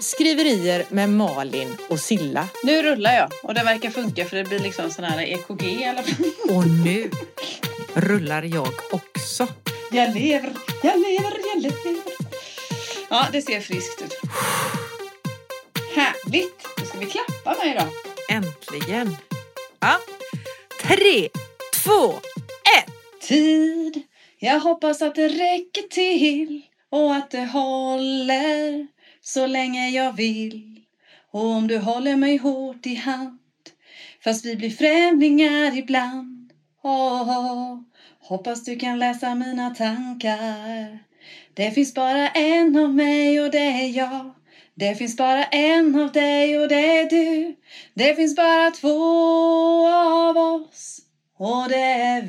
Skriverier med Malin och Silla. Nu rullar jag och det verkar funka för det blir liksom sån här EKG i alla fall. Och nu rullar jag också. Jag lever. Ja, det ser friskt ut. Härligt. Då ska vi klappa mig då. Äntligen. Ja. 3, 2, 1. Tid. Jag hoppas att det räcker till och att det håller så länge jag vill. Och om du håller mig hårt i hand, fast vi blir främlingar ibland. Hoppas du kan läsa mina tankar. Det finns bara en av mig och det är jag. Det finns bara en av dig och det är du. Det finns bara 2 av oss och det är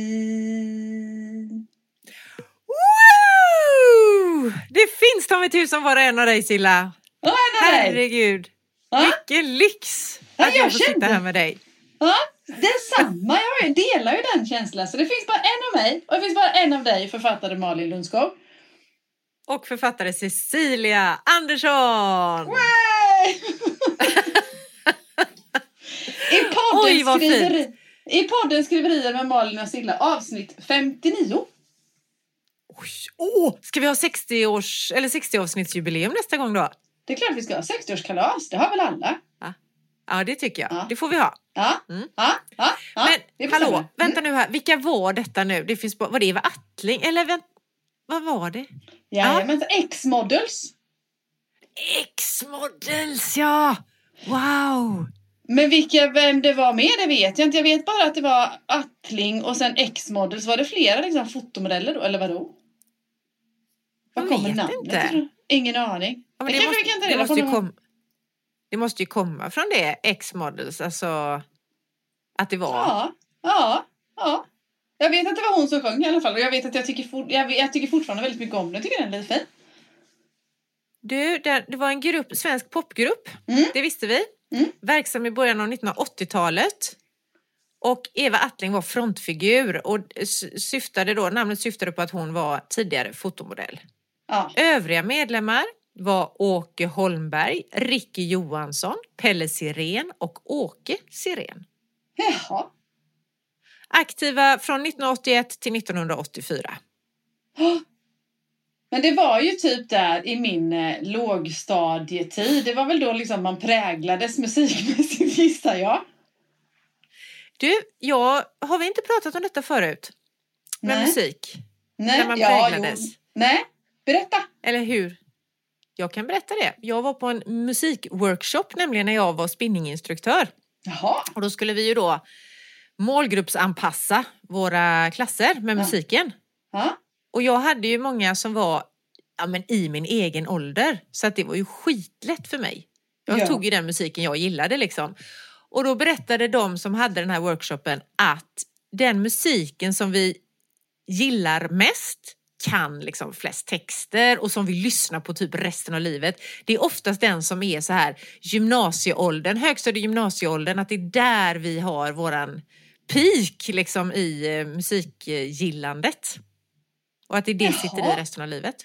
vi. Woo! Det finns ta mig tusan bara en av dig, Silla. Herregud. Vilken lyx att jag får sitta här med dig. Ja, detsamma. Jag delar ju den känslan. Så det finns bara en av mig och det finns bara en av dig, författare Malin Lundskog. Och författare Cecilia Andersson. I podden Skriverier med Malin och Silla, avsnitt 59. Ska vi ha 60 avsnittsjubileum nästa gång då? Det är klart vi ska ha 60-årskalas. Det har väl alla? Ja, det tycker jag. Ja. Det får vi ha. Ja. Men hallå, vänta nu här. Vilka var detta nu? Det finns var det Eva Attling? Eller vad var det? Men X-Models. X-Models, ja. Wow. Men vem det var med, det vet jag inte. Jag vet bara att det var Attling och sen X-Models. Var det flera liksom, fotomodeller då? Eller vadå? Vad kommer namnet? Inte. Ingen aning. Ja, det måste ju komma från det, X-Models. Alltså, att det var... Ja. Jag vet att det var hon som sjöng i alla fall. Och jag vet att jag tycker fortfarande väldigt mycket om den. Jag tycker den är lite fin. Du, det var en svensk popgrupp. Det visste vi. Verksam i början av 1980-talet. Och Eva Attling var frontfigur. Och namnet syftade på att hon var tidigare fotomodell. Ja. Övriga medlemmar var Åke Holmberg, Ricky Johansson, Pelle Sirén och Åke Sirén. Jaha. Aktiva från 1981 till 1984. Men det var ju typ där i min lågstadietid. Det var väl då liksom man präglades musikmässigt, gissar jag. Du, har vi inte pratat om detta förut? Med musik? Nej, när man präglades? Nej, berätta. Eller hur? Jag kan berätta det. Jag var på en musikworkshop nämligen när jag var spinninginstruktör. Jaha. Och då skulle vi ju då målgruppsanpassa våra klasser med musiken. Ja. Och jag hade ju många som var i min egen ålder. Så att det var ju skitlätt för mig. Jag tog ju den musiken jag gillade liksom. Och då berättade de som hade den här workshopen att den musiken som vi gillar mest, kan liksom flest texter och som vi lyssnar på typ resten av livet. Det är oftast den som är så här gymnasieåldern, högstadie-gymnasieåldern, att det är där vi har våran peak liksom i musikgillandet. Och att det är det sitter i resten av livet.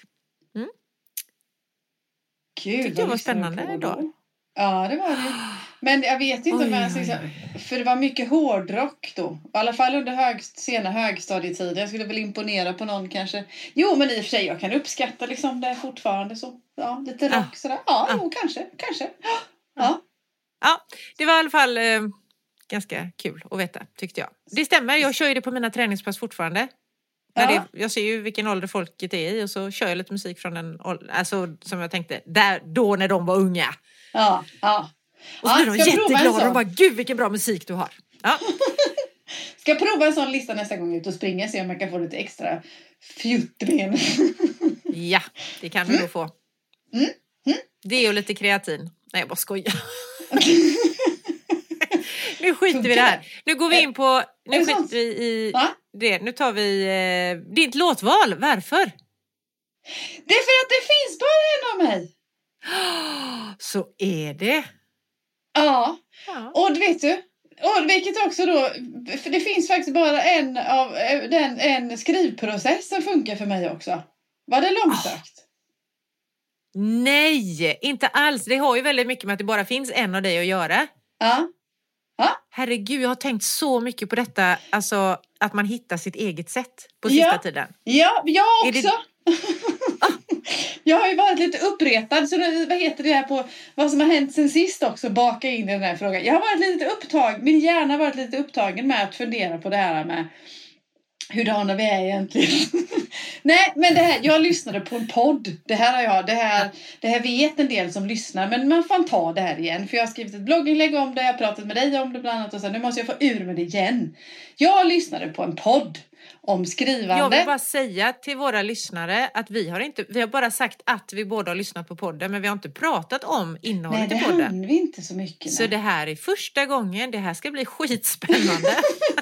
Gud, tyckte jag var spännande då. Ja, det var det. Men jag vet inte om jag för det var mycket hårdrock då. I alla fall under sena högstadietiden. Jag skulle väl imponera på någon kanske. Jo, men i och för sig jag kan uppskatta liksom det fortfarande så. Ja, lite rock sådär. Ja, kanske. Ja, det var i alla fall ganska kul att veta, tyckte jag. Det stämmer, jag kör ju det på mina träningspass fortfarande. Jag ser ju vilken ålder folket är i och så kör jag lite musik från den åldern, alltså som jag tänkte, då när de var unga. Ja. Och så blir de jätteglada och bara, gud vilken bra musik du har. Ja. Ska jag prova en sån lista nästa gång ut och springa, se om jag kan få lite extra fjuttben. Ja, det kan du då få. Det är ju lite kreatin. Nej, jag bara skojar. Nu skiter vi det här. Nu går vi in på... Nu skiter vi i det. Nu tar vi ditt låtval. Varför? Det är för att det finns bara en av mig. Så är det. Ja. Och vet du... Och vilket också då... För det finns faktiskt bara en skrivprocess som funkar för mig också. Var det långsökt? Nej, inte alls. Det har ju väldigt mycket med att det bara finns en av dig att göra. Ja. Herregud, jag har tänkt så mycket på detta. Alltså, att man hittar sitt eget sätt på sista tiden. Ja, jag också. Jag har ju varit lite uppretad. Så vad heter det här på vad som har hänt sen sist också? Baka in i den här frågan. Jag har varit lite upptagen. Min hjärna har varit lite upptagen med att fundera på det här med hurdana vi är egentligen. Nej, men det här, jag lyssnade på en podd. Det här vet en del som lyssnar. Men man får ta det här igen. För jag har skrivit ett blogginlägg om det. Jag har pratat med dig om det bland annat. Och sen nu måste jag få ur med det igen. Jag lyssnade på en podd om skrivande. Jag vill bara säga till våra lyssnare att vi har bara sagt att vi båda har lyssnat på podden. Men vi har inte pratat om innehållet i podden. Nej, det hann vi inte så mycket. Nej. Så det här är första gången. Det här ska bli skitspännande.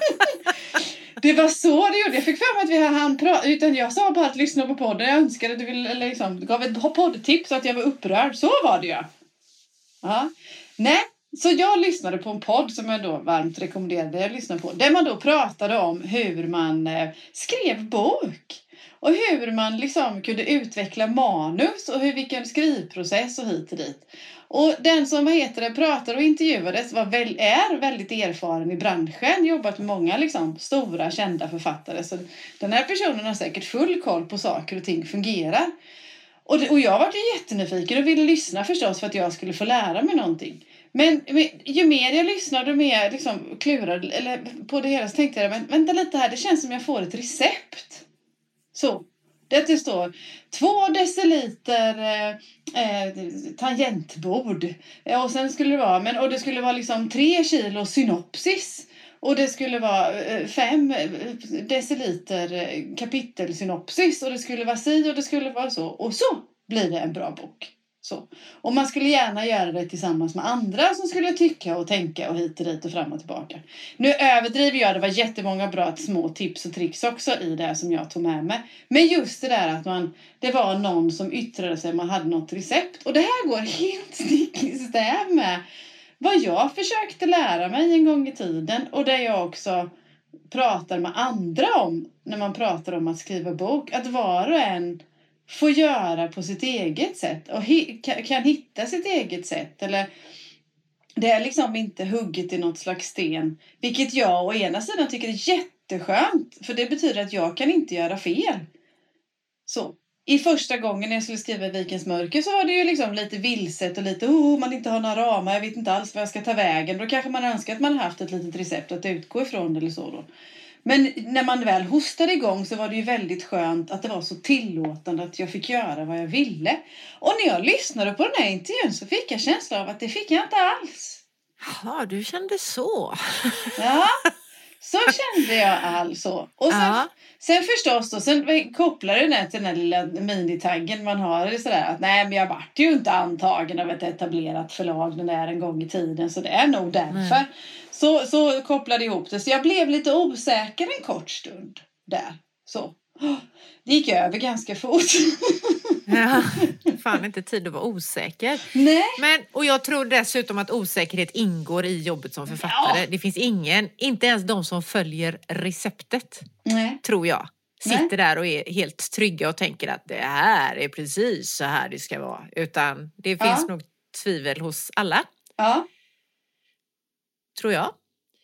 Det var så det gjorde. Jag fick för mig att vi hann prata. Utan jag sa bara att lyssna på podden. Jag önskade att du ville, eller liksom, gav ett poddtips så att jag var upprörd. Så var det ju. Ja. Nej, så jag lyssnade på en podd som jag då varmt rekommenderade att lyssna på. Där man då pratade om hur man skrev bok. Och hur man liksom kunde utveckla manus och vilken skrivprocess och hit och dit. Och den som pratade och intervjuades är väldigt erfaren i branschen. Jobbat med många liksom, stora kända författare. Så den här personen har säkert full koll på saker och ting fungerar. Och jag var jättenyfiken och ville lyssna förstås för att jag skulle få lära mig någonting. Men ju mer jag lyssnade och mer liksom klurade på det hela så tänkte jag, men vänta lite här, det känns som jag får ett recept. Så. Det står 2 deciliter tangentbord. Och sen skulle det vara, det skulle vara liksom 3 kilo synopsis. Och det skulle vara 5 deciliter kapitelsynopsis. Och det skulle vara si och det skulle vara så. Och så blir det en bra bok. Så. Och man skulle gärna göra det tillsammans med andra som skulle tycka och tänka och hit och dit och fram och tillbaka. Nu överdriver jag, det var jättemånga bra små tips och tricks också i det som jag tog med mig. Men just det där att det var någon som yttrade sig, man hade något recept. Och det här går helt stick i stäv med vad jag försökte lära mig en gång i tiden. Och det jag också pratar med andra om när man pratar om att skriva bok. Att var och en får göra på sitt eget sätt och kan hitta sitt eget sätt. Eller det är liksom inte hugget i något slags sten. Vilket jag å ena sidan tycker är jätteskönt. För det betyder att jag kan inte göra fel. Så. I första gången när jag skulle skriva Vikens mörker så var det ju liksom lite vilset och lite man inte har några ramar. Jag vet inte alls vad jag ska ta vägen. Då kanske man önskar att man haft ett litet recept att utgå ifrån eller så då. Men när man väl hostade igång så var det ju väldigt skönt att det var så tillåtande att jag fick göra vad jag ville. Och när jag lyssnade på den här intervjun så fick jag känslan av att det fick jag inte alls. Ja, du kände så. Ja, så kände jag alltså. Och sen förstås då, sen kopplar det till den här lilla minitaggen man har. Eller sådär att nej, men jag vart ju inte antagen av ett etablerat förlag den där en gång i tiden. Så det är nog därför. Så kopplade ihop det. Så jag blev lite osäker en kort stund där. Så. Det gick över ganska fort. Ja, fan inte tid att vara osäker. Nej. Och jag tror dessutom att osäkerhet ingår i jobbet som författare. Ja. Det finns inte ens de som följer receptet. Nej. Tror jag. Sitter där och är helt trygga och tänker att det här är precis så här det ska vara. Utan det finns nog tvivel hos alla. Ja. Tror jag.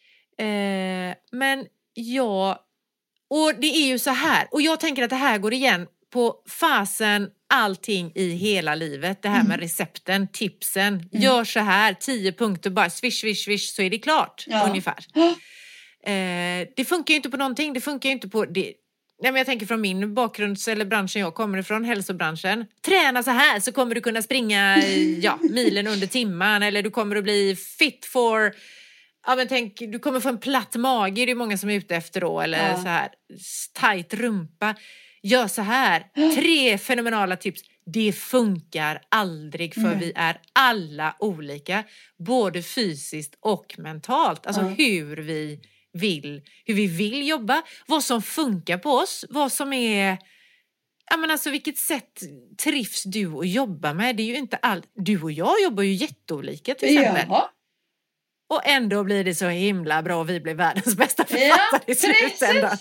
Och det är ju så här. Och jag tänker att det här går igen på fasen allting i hela livet. Det här med recepten, tipsen. Gör så här, 10 punkter bara swish, swish, swish så är det klart. Ungefär. Det funkar ju inte på någonting. Det funkar ju inte på det. Nej, men jag tänker från min bakgrund eller branschen jag kommer ifrån, hälsobranschen. Träna så här så kommer du kunna springa milen under timman. Eller du kommer att bli fit for... Ja, men tänk, du kommer få en platt mage, det är många som är ute efter då. Eller så här, tajt rumpa. Gör så här. 3 fenomenala tips. Det funkar aldrig för vi är alla olika. Både fysiskt och mentalt. Alltså hur vi vill jobba. Vad som funkar på oss. Vad som är... Ja, men alltså vilket sätt trivs du att jobba med? Det är ju inte allt. Du och jag jobbar ju jätteolika till exempel. Ja. Och ändå blir det så himla bra och vi blir världens bästa författare i slutändan.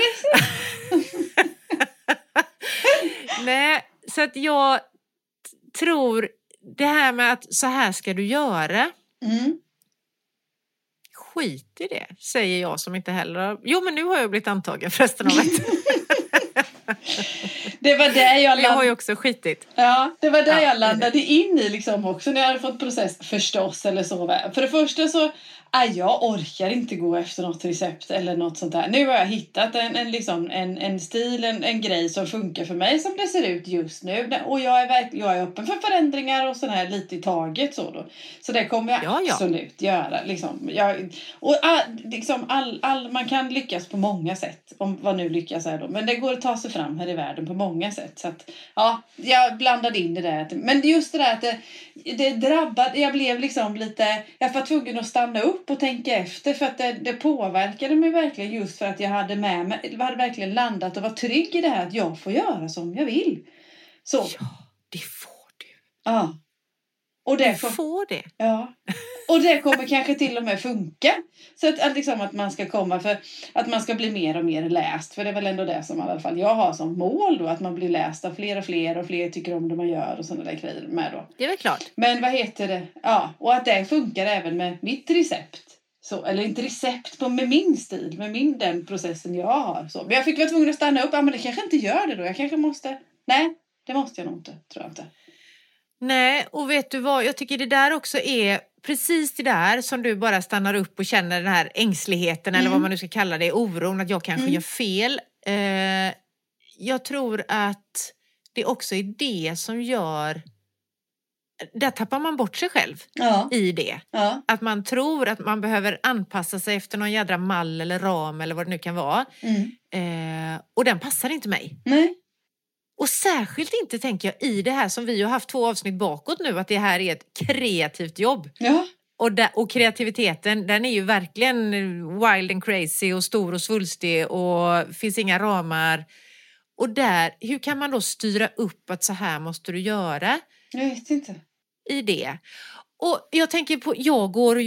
Precis. Nej, så att jag tror det här med att så här ska du göra. Skit i det, säger jag som inte heller... Jo, men nu har jag blivit antagen för resten av det. Det var det jag har ju också skitit. Ja, det var det jag landade in i liksom också när jag hade fått process förstås eller så. För det första så jag orkar inte gå efter något recept eller något sånt där. Nu har jag hittat en stil, en grej som funkar för mig som det ser ut just nu. Och jag är öppen för förändringar och sådär lite i taget så då. Så det kommer jag absolut göra. Liksom. Man kan lyckas på många sätt. Om vad nu lyckas är då. Men det går att ta sig fram här i världen på många sätt. Så att, jag blandade in det där. Men just det där att det drabbade, jag blev liksom lite, jag var tvungen att stanna upp och tänka efter för att det påverkade mig verkligen just för att jag hade med mig, jag hade verkligen landat och var trygg i det här att jag får göra som jag vill. Så. Ja, det får du. Ja. Och det får det. Ja. Och det kommer kanske till och med funka. Så att man ska komma för att man ska bli mer och mer läst. För det är väl ändå det som i alla fall jag har som mål då. Att man blir läst av fler och fler tycker om det man gör och sådana där grejer med då. Det är väl klart. Men vad heter det? Ja, och att det funkar även med mitt recept. Så, eller inte recept med min stil, med den processen jag har. Så. Men jag fick vara tvungen att stanna upp. Ja, men det kanske inte gör det då. Jag kanske måste... Nej, det måste jag nog inte, tror jag inte. Nej, och vet du vad? Jag tycker det där också är precis det där som du bara stannar upp och känner den här ängsligheten eller vad man nu ska kalla det, oron att jag kanske gör fel. Jag tror att det också är det som gör... Där tappar man bort sig själv i det. Ja. Att man tror att man behöver anpassa sig efter någon jädra mall eller ram eller vad det nu kan vara. Och den passar inte mig. Nej. Och särskilt inte tänker jag i det här som vi har haft 2 avsnitt bakåt nu. Att det här är ett kreativt jobb. Ja. Och kreativiteten den är ju verkligen wild and crazy och stor och svulstig. Och finns inga ramar. Och där, hur kan man då styra upp att så här måste du göra? Jag vet inte. I det. Och jag tänker på, jag går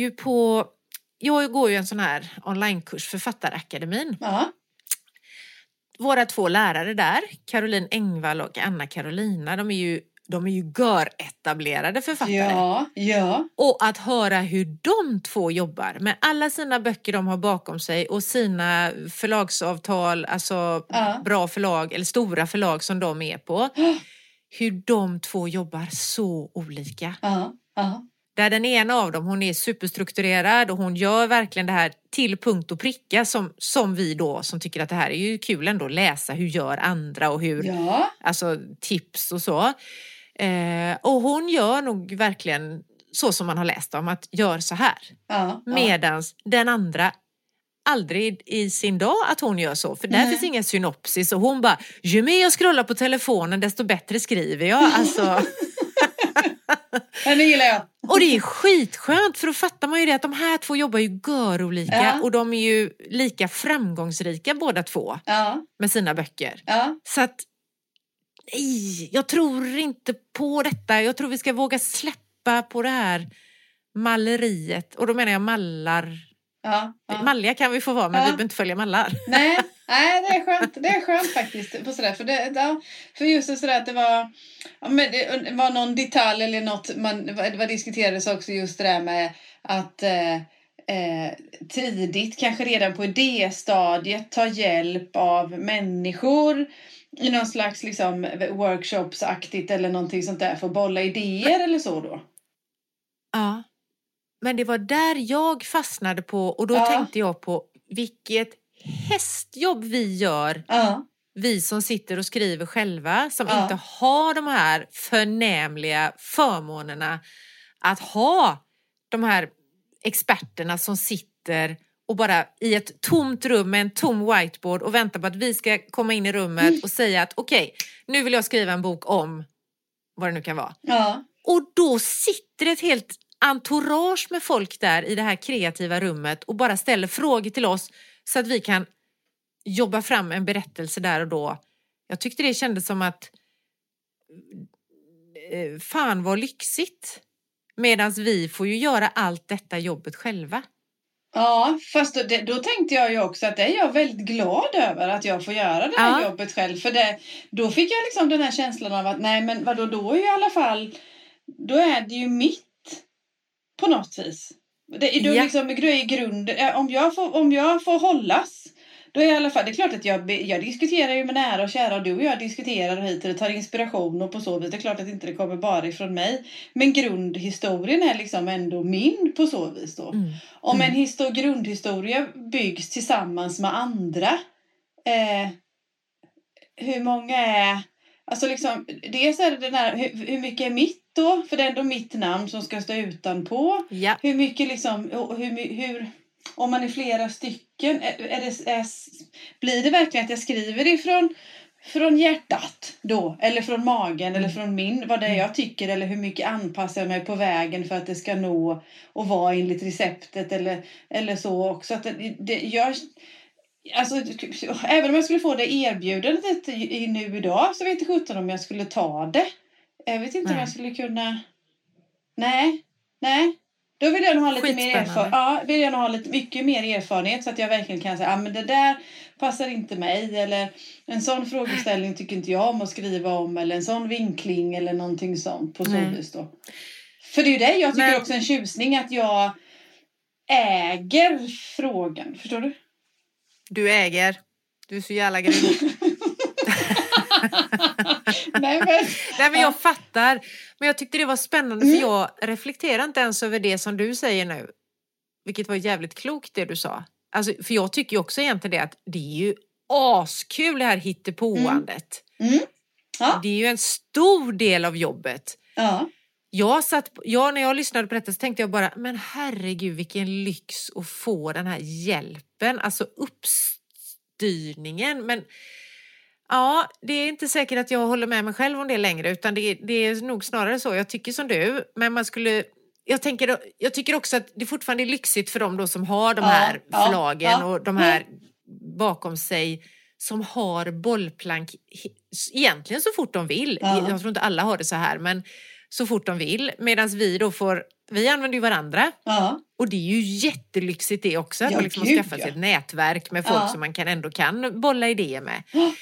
ju en sån här onlinekurs, Författarakademin. Ja. Våra 2 lärare där, Caroline Engvall och Anna Carolina, de är ju göretablerade författare. Ja. Och att höra hur de 2 jobbar med alla sina böcker de har bakom sig och sina förlagsavtal, alltså bra förlag eller stora förlag som de är på. Hur de 2 jobbar så olika. Där den ena av dem, hon är superstrukturerad och hon gör verkligen det här till punkt och pricka som vi då som tycker att det här är ju kul ändå läsa hur gör andra och hur, alltså tips och så. Och hon gör nog verkligen så som man har läst om att gör så här. Medans den andra aldrig i sin dag att hon gör så. För där finns ingen synopsis och hon bara, ju mer jag scrollar på telefonen desto bättre skriver jag. Alltså... Det gillar jag. Och det är skitskönt för då fattar man ju det att de här 2 jobbar ju görolika och de är ju lika framgångsrika båda 2 med sina böcker. Så att nej, jag tror inte på detta. Jag tror vi ska våga släppa på det här malleriet. Och då menar jag mallar. Malliga kan vi få vara men vi behöver inte följa mallar. Nej, det är skönt. Det är skönt faktiskt på sådär för just det sådär att det var någon detalj eller något vad diskuterades också just det där med att tidigt kanske redan på idéstadiet ta hjälp av människor i någon slags liksom workshopsaktigt eller någonting sånt där för att bolla idéer eller så då. Ja. Men det var där jag fastnade på och då tänkte jag på vilket hästjobb vi gör. Vi som sitter och skriver själva som inte har de här förnämliga förmånerna att ha de här experterna som sitter och bara i ett tomt rum med en tom whiteboard och väntar på att vi ska komma in i rummet och säga att okej, nu vill jag skriva en bok om vad det nu kan vara. Och då sitter ett helt entourage med folk där i det här kreativa rummet och bara ställer frågor till oss så att vi kan jobba fram en berättelse där och då. Jag tyckte det kändes som att fan vad lyxigt. Medan vi får ju göra allt detta jobbet själva. Ja, fast då tänkte jag ju också att det är jag väldigt glad över att jag får göra det här jobbet själv. För då fick jag liksom den här känslan av att nej men vadå, då är ju i alla fall, då är det ju mitt på något vis. Det är då liksom i grunden, om jag får hållas, då är i alla fall, det är klart att jag diskuterar ju med nära och kära, och du och jag diskuterar hit och tar inspiration och på så vis. Det är klart att inte det kommer bara ifrån mig. Men grundhistorien är liksom ändå min på så vis då. Om en grundhistoria byggs tillsammans med andra, hur många är, alltså liksom, dels är det den här, hur mycket är mitt då? För det är ändå mitt namn som ska stå utanpå. Ja. Hur mycket liksom, hur om man är flera stycken, blir det verkligen att jag skriver från hjärtat då? Eller från magen eller från vad det är jag tycker? Eller hur mycket anpassar jag mig på vägen för att det ska nå och vara enligt receptet eller så också. Att alltså, även om jag skulle få det erbjudandet nu idag, så vet jag inte om jag skulle ta det. Jag vet inte om jag skulle kunna. Nej. Då vill jag nog ha lite mer erfarenhet. Ja, vill jag nog ha mycket mer erfarenhet så att jag verkligen kan säga, men det där passar inte mig, eller en sån frågeställning tycker inte jag om att skriva om, eller en sån vinkling eller någonting sånt på så vis då. För det är ju det jag tycker också en tjusning, att jag äger frågan, förstår du? Du äger. Du är så jävla grym. Nej, men jag fattar. Men jag tyckte det var spännande, för jag reflekterar inte ens över det som du säger nu. Vilket var jävligt klokt det du sa. Alltså, för jag tycker ju också egentligen det, att det är ju askul det här hittepåandet. Ja. Det är ju en stor del av jobbet. Ja. När jag lyssnade på detta så tänkte jag bara, men herregud vilken lyx att få den här hjälpen. Alltså uppstyrningen. Men ja, det är inte säkert att jag håller med mig själv om det längre, utan det är nog snarare så. Jag tycker som du, men jag tycker också att det fortfarande är lyxigt för dem då som har de här förlagen och de här bakom sig, som har bollplank egentligen så fort de vill. Jag tror inte alla har det så här, men så fort de vill. Medan vi använder ju varandra. Och det är ju jättelyxigt det också. Att man liksom har skaffat sig ett nätverk med folk som man ändå kan bolla idéer med.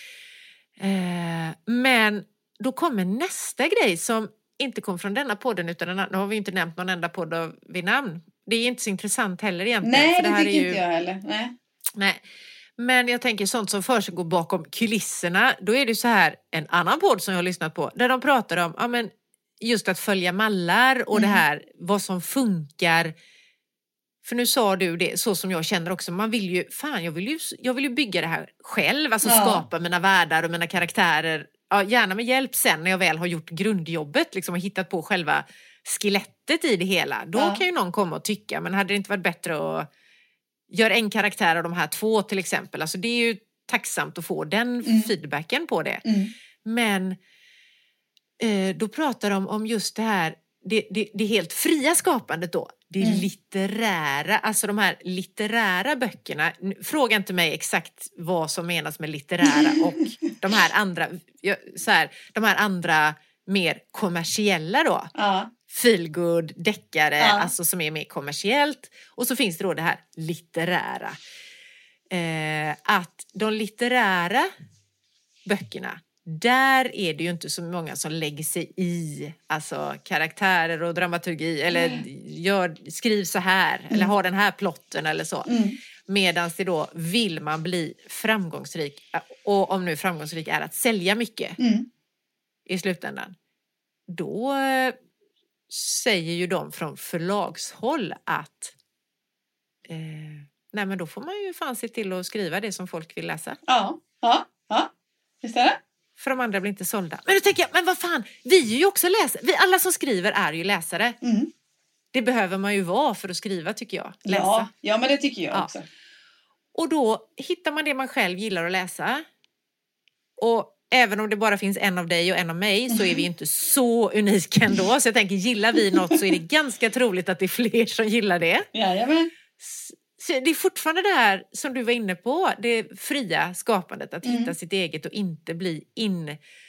Men då kommer nästa grej som inte kom från denna podden, utan nu har vi inte nämnt någon enda podd vid namn. Det är inte så intressant heller egentligen. Nej, för det här tycker är ju... inte jag heller. Nej. Men jag tänker sånt som försiggår bakom kulisserna. Då är det så här, en annan podd som jag har lyssnat på, där de pratar om just att följa mallar och det här, vad som funkar. För nu sa du det, så som jag känner också. Man vill ju, jag vill ju bygga det här själv. Alltså skapa mina världar och mina karaktärer. Ja, gärna med hjälp sen när jag väl har gjort grundjobbet. Liksom, och hittat på själva skelettet i det hela. Då kan ju någon komma och tycka, men hade det inte varit bättre att göra en karaktär av de här 2 till exempel. Alltså det är ju tacksamt att få den feedbacken på det. Men då pratar de om just det här, det helt fria skapandet då. Det litterära, alltså de här litterära böckerna. Fråga inte mig exakt vad som menas med litterära och de här andra mer kommersiella då. Feelgood, deckare, alltså som är mer kommersiellt. Och så finns det då det här litterära. Att de litterära böckerna, där är det ju inte så många som lägger sig i alltså karaktärer och dramaturgi eller skriv så här eller har den här plotten eller så. Medan det då, vill man bli framgångsrik, och om nu framgångsrik är att sälja mycket i slutändan, då säger ju de från förlagshåll att nej, men då får man ju fan se till att skriva det som folk vill läsa. Ja, visst är det? För de andra blir inte sålda. Men då tänker jag, men vad fan, vi är ju också läsare. Alla som skriver är ju läsare. Det behöver man ju vara för att skriva, tycker jag. Läsa. Ja, men det tycker jag också. Och då hittar man det man själv gillar att läsa. Och även om det bara finns en av dig och en av mig, så är vi inte så unika ändå. Så jag tänker, gillar vi något så är det ganska troligt att det är fler som gillar det. Jajamän. Så det är fortfarande det här som du var inne på, det fria skapandet, att hitta sitt eget och inte bli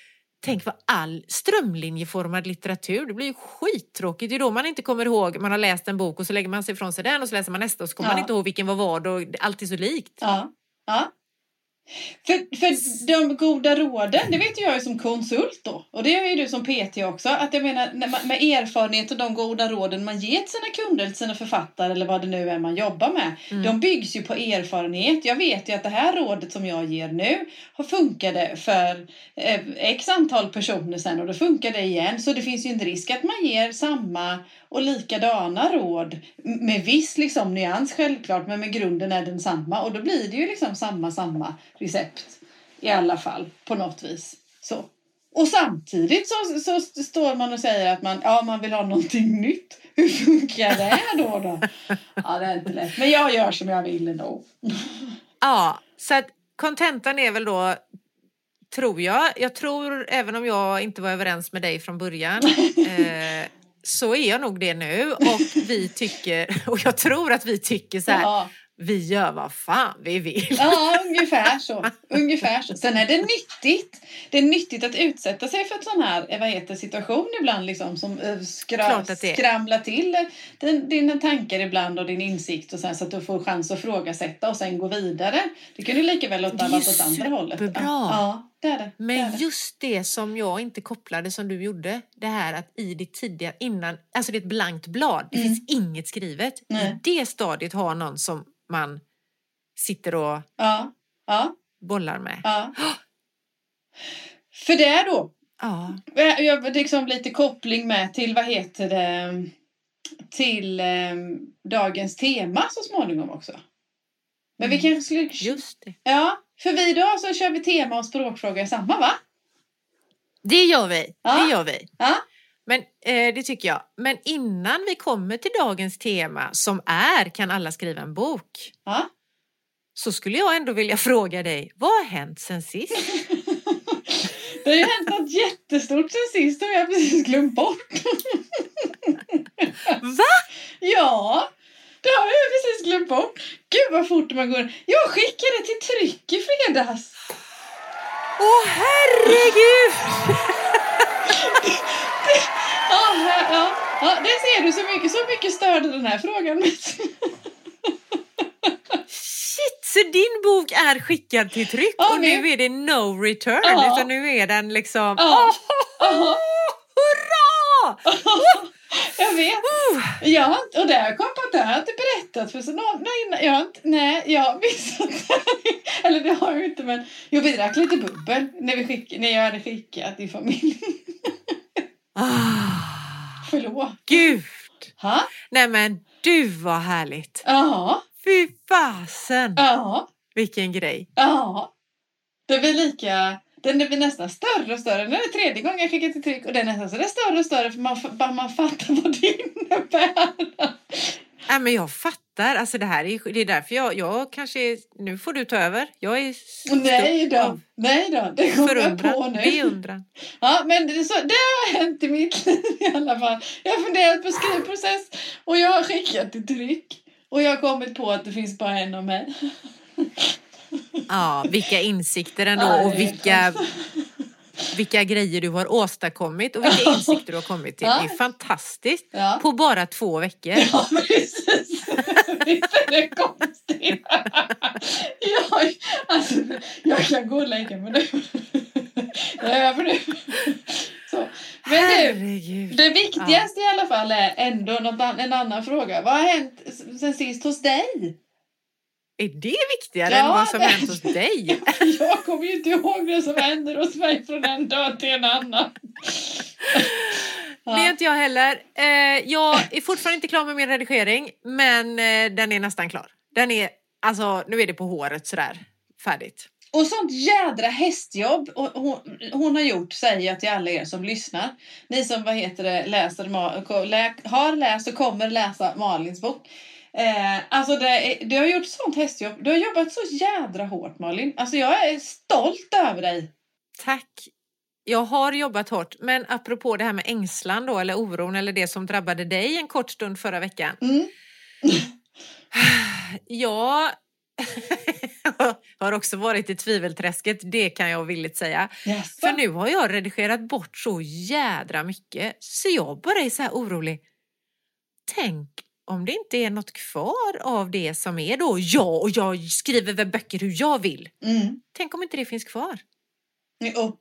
tänk vad all strömlinjeformad litteratur, det blir ju skittråkigt. Det är då man inte kommer ihåg, man har läst en bok och så lägger man sig ifrån sig den och så läser man nästa och så kommer man inte ihåg vilken var vad och allt är så likt. Ja, ja. För de goda råden, det vet jag ju som konsult då. Och det är ju du som PT också. Att jag menar, med erfarenhet och de goda råden man ger till sina kunder, till sina författare eller vad det nu är man jobbar med. De byggs ju på erfarenhet. Jag vet ju att det här rådet som jag ger nu har funkade för x antal personer sen och då funkar det igen. Så det finns ju en risk att man ger samma och likadana råd med viss liksom nyans självklart, men med grunden är den samma. Och då blir det ju liksom samma recept i alla fall på något vis. Så. Och samtidigt så står man och säger att man vill ha någonting nytt. Hur funkar det då? Ja, det är inte lätt. Men jag gör som jag vill ändå. Ja, så att kontentan är väl då, tror jag tror även om jag inte var överens med dig från början så är jag nog det nu och vi tycker, och jag tror att vi tycker så här, ja. Vi gör vad fan vi vill. Ja, ungefär så. Sen är det nyttigt. Det är nyttigt att utsätta sig för en sån här situation ibland liksom, som skramlar till dina tankar ibland och din insikt och sen så att du får chans att frågasätta och sen gå vidare. Det kan du lika väl åt andra hållet. Bra. Ja, det är det. Men just det som jag inte kopplade som du gjorde, det här att i det tidiga innan, alltså det är ett blankt blad, det finns inget skrivet. Nej. I det stadiet har någon som man sitter och bollar med. Ja. För det då. Ja. Jag liksom lite koppling med till till dagens tema så småningom också. Men vi kanske skulle... Just det. Ja, för vi då så kör vi tema och språkfrågor samma, va? Det gör vi. Ja. Det gör vi. Ja. Men det tycker jag. Men innan vi kommer till dagens tema som är kan alla skriva en bok? Ja. Så skulle jag ändå vilja fråga dig, vad har hänt sen sist? Det har ju hänt något jättestort sen sist och jag har precis glömt bort. Va? Ja, det har jag precis glömt bort. Gud vad fort man går. Jag skickade till tryck i fredags. Åh herregud! Ja, det ser du så mycket störde den här frågan med. Shit, så din bok är skickad till tryck och nu är det no return, utan nu är den liksom hurra! Jag vet. Och det har jag kommit på att det har jag inte berättat för så jag har missat det. Eller det har jag inte, men vi drack lite bubbel när jag hade skickat i familjen. Förlåt. Gud. Ha? Nej men du var härligt. Ja. Fy fasen. Ja. Vilken grej. Ja. Det blir lika... Den blir nästan större och större. Nu är det tredje gången jag skickar till tryck. Och den är nästan så det är större och större. För man fattar vad det innebär. Ja, men jag fattar. Alltså det är därför jag kanske... Nu får du ta över. Jag är Nej då. Det kommer jag på nu. Beundran. Ja, men det har hänt i mitt liv i alla fall. Jag har funderat på skrivprocess. Och jag har skickat till tryck. Och jag har kommit på att det finns bara en av mig. Ja, vilka insikter ändå och vilka grejer du har åstadkommit och vilka insikter du har kommit till. Det är fantastiskt. Ja. På bara 2 veckor. Ja, precis. Visst är det konstigt. Jag kan gå och lägga mig nu. Jag är över nu. Så. Men det viktigaste i alla fall är ändå en annan fråga. Vad har hänt sen sist hos dig? Är det viktigare än vad som hänt hos dig? Jag kommer ju inte ihåg det som händer hos mig från en dag till en annan. Det är inte jag heller. Jag är fortfarande inte klar med min redigering, men den är nästan klar. Den är, alltså nu är det på håret sådär, färdigt. Och sånt jädra hästjobb hon har gjort, säger jag till alla er som lyssnar. Ni som har läst och kommer läsa Malins bok. Alltså du har gjort sånt hästjobb. Du har jobbat så jädra hårt, Malin. Alltså jag är stolt över dig. Tack. Jag har jobbat hårt. Men apropå det här med ängslan då, eller oron, eller det som drabbade dig en kort stund förra veckan. har också varit i tvivelträsket, det kan jag villigt säga. Yes. För nu har jag redigerat bort så jädra mycket, så jag bara är så här orolig. Tänk om det inte är något kvar av det som är då och jag skriver väl böcker hur jag vill. Tänk om inte det finns kvar. Jo.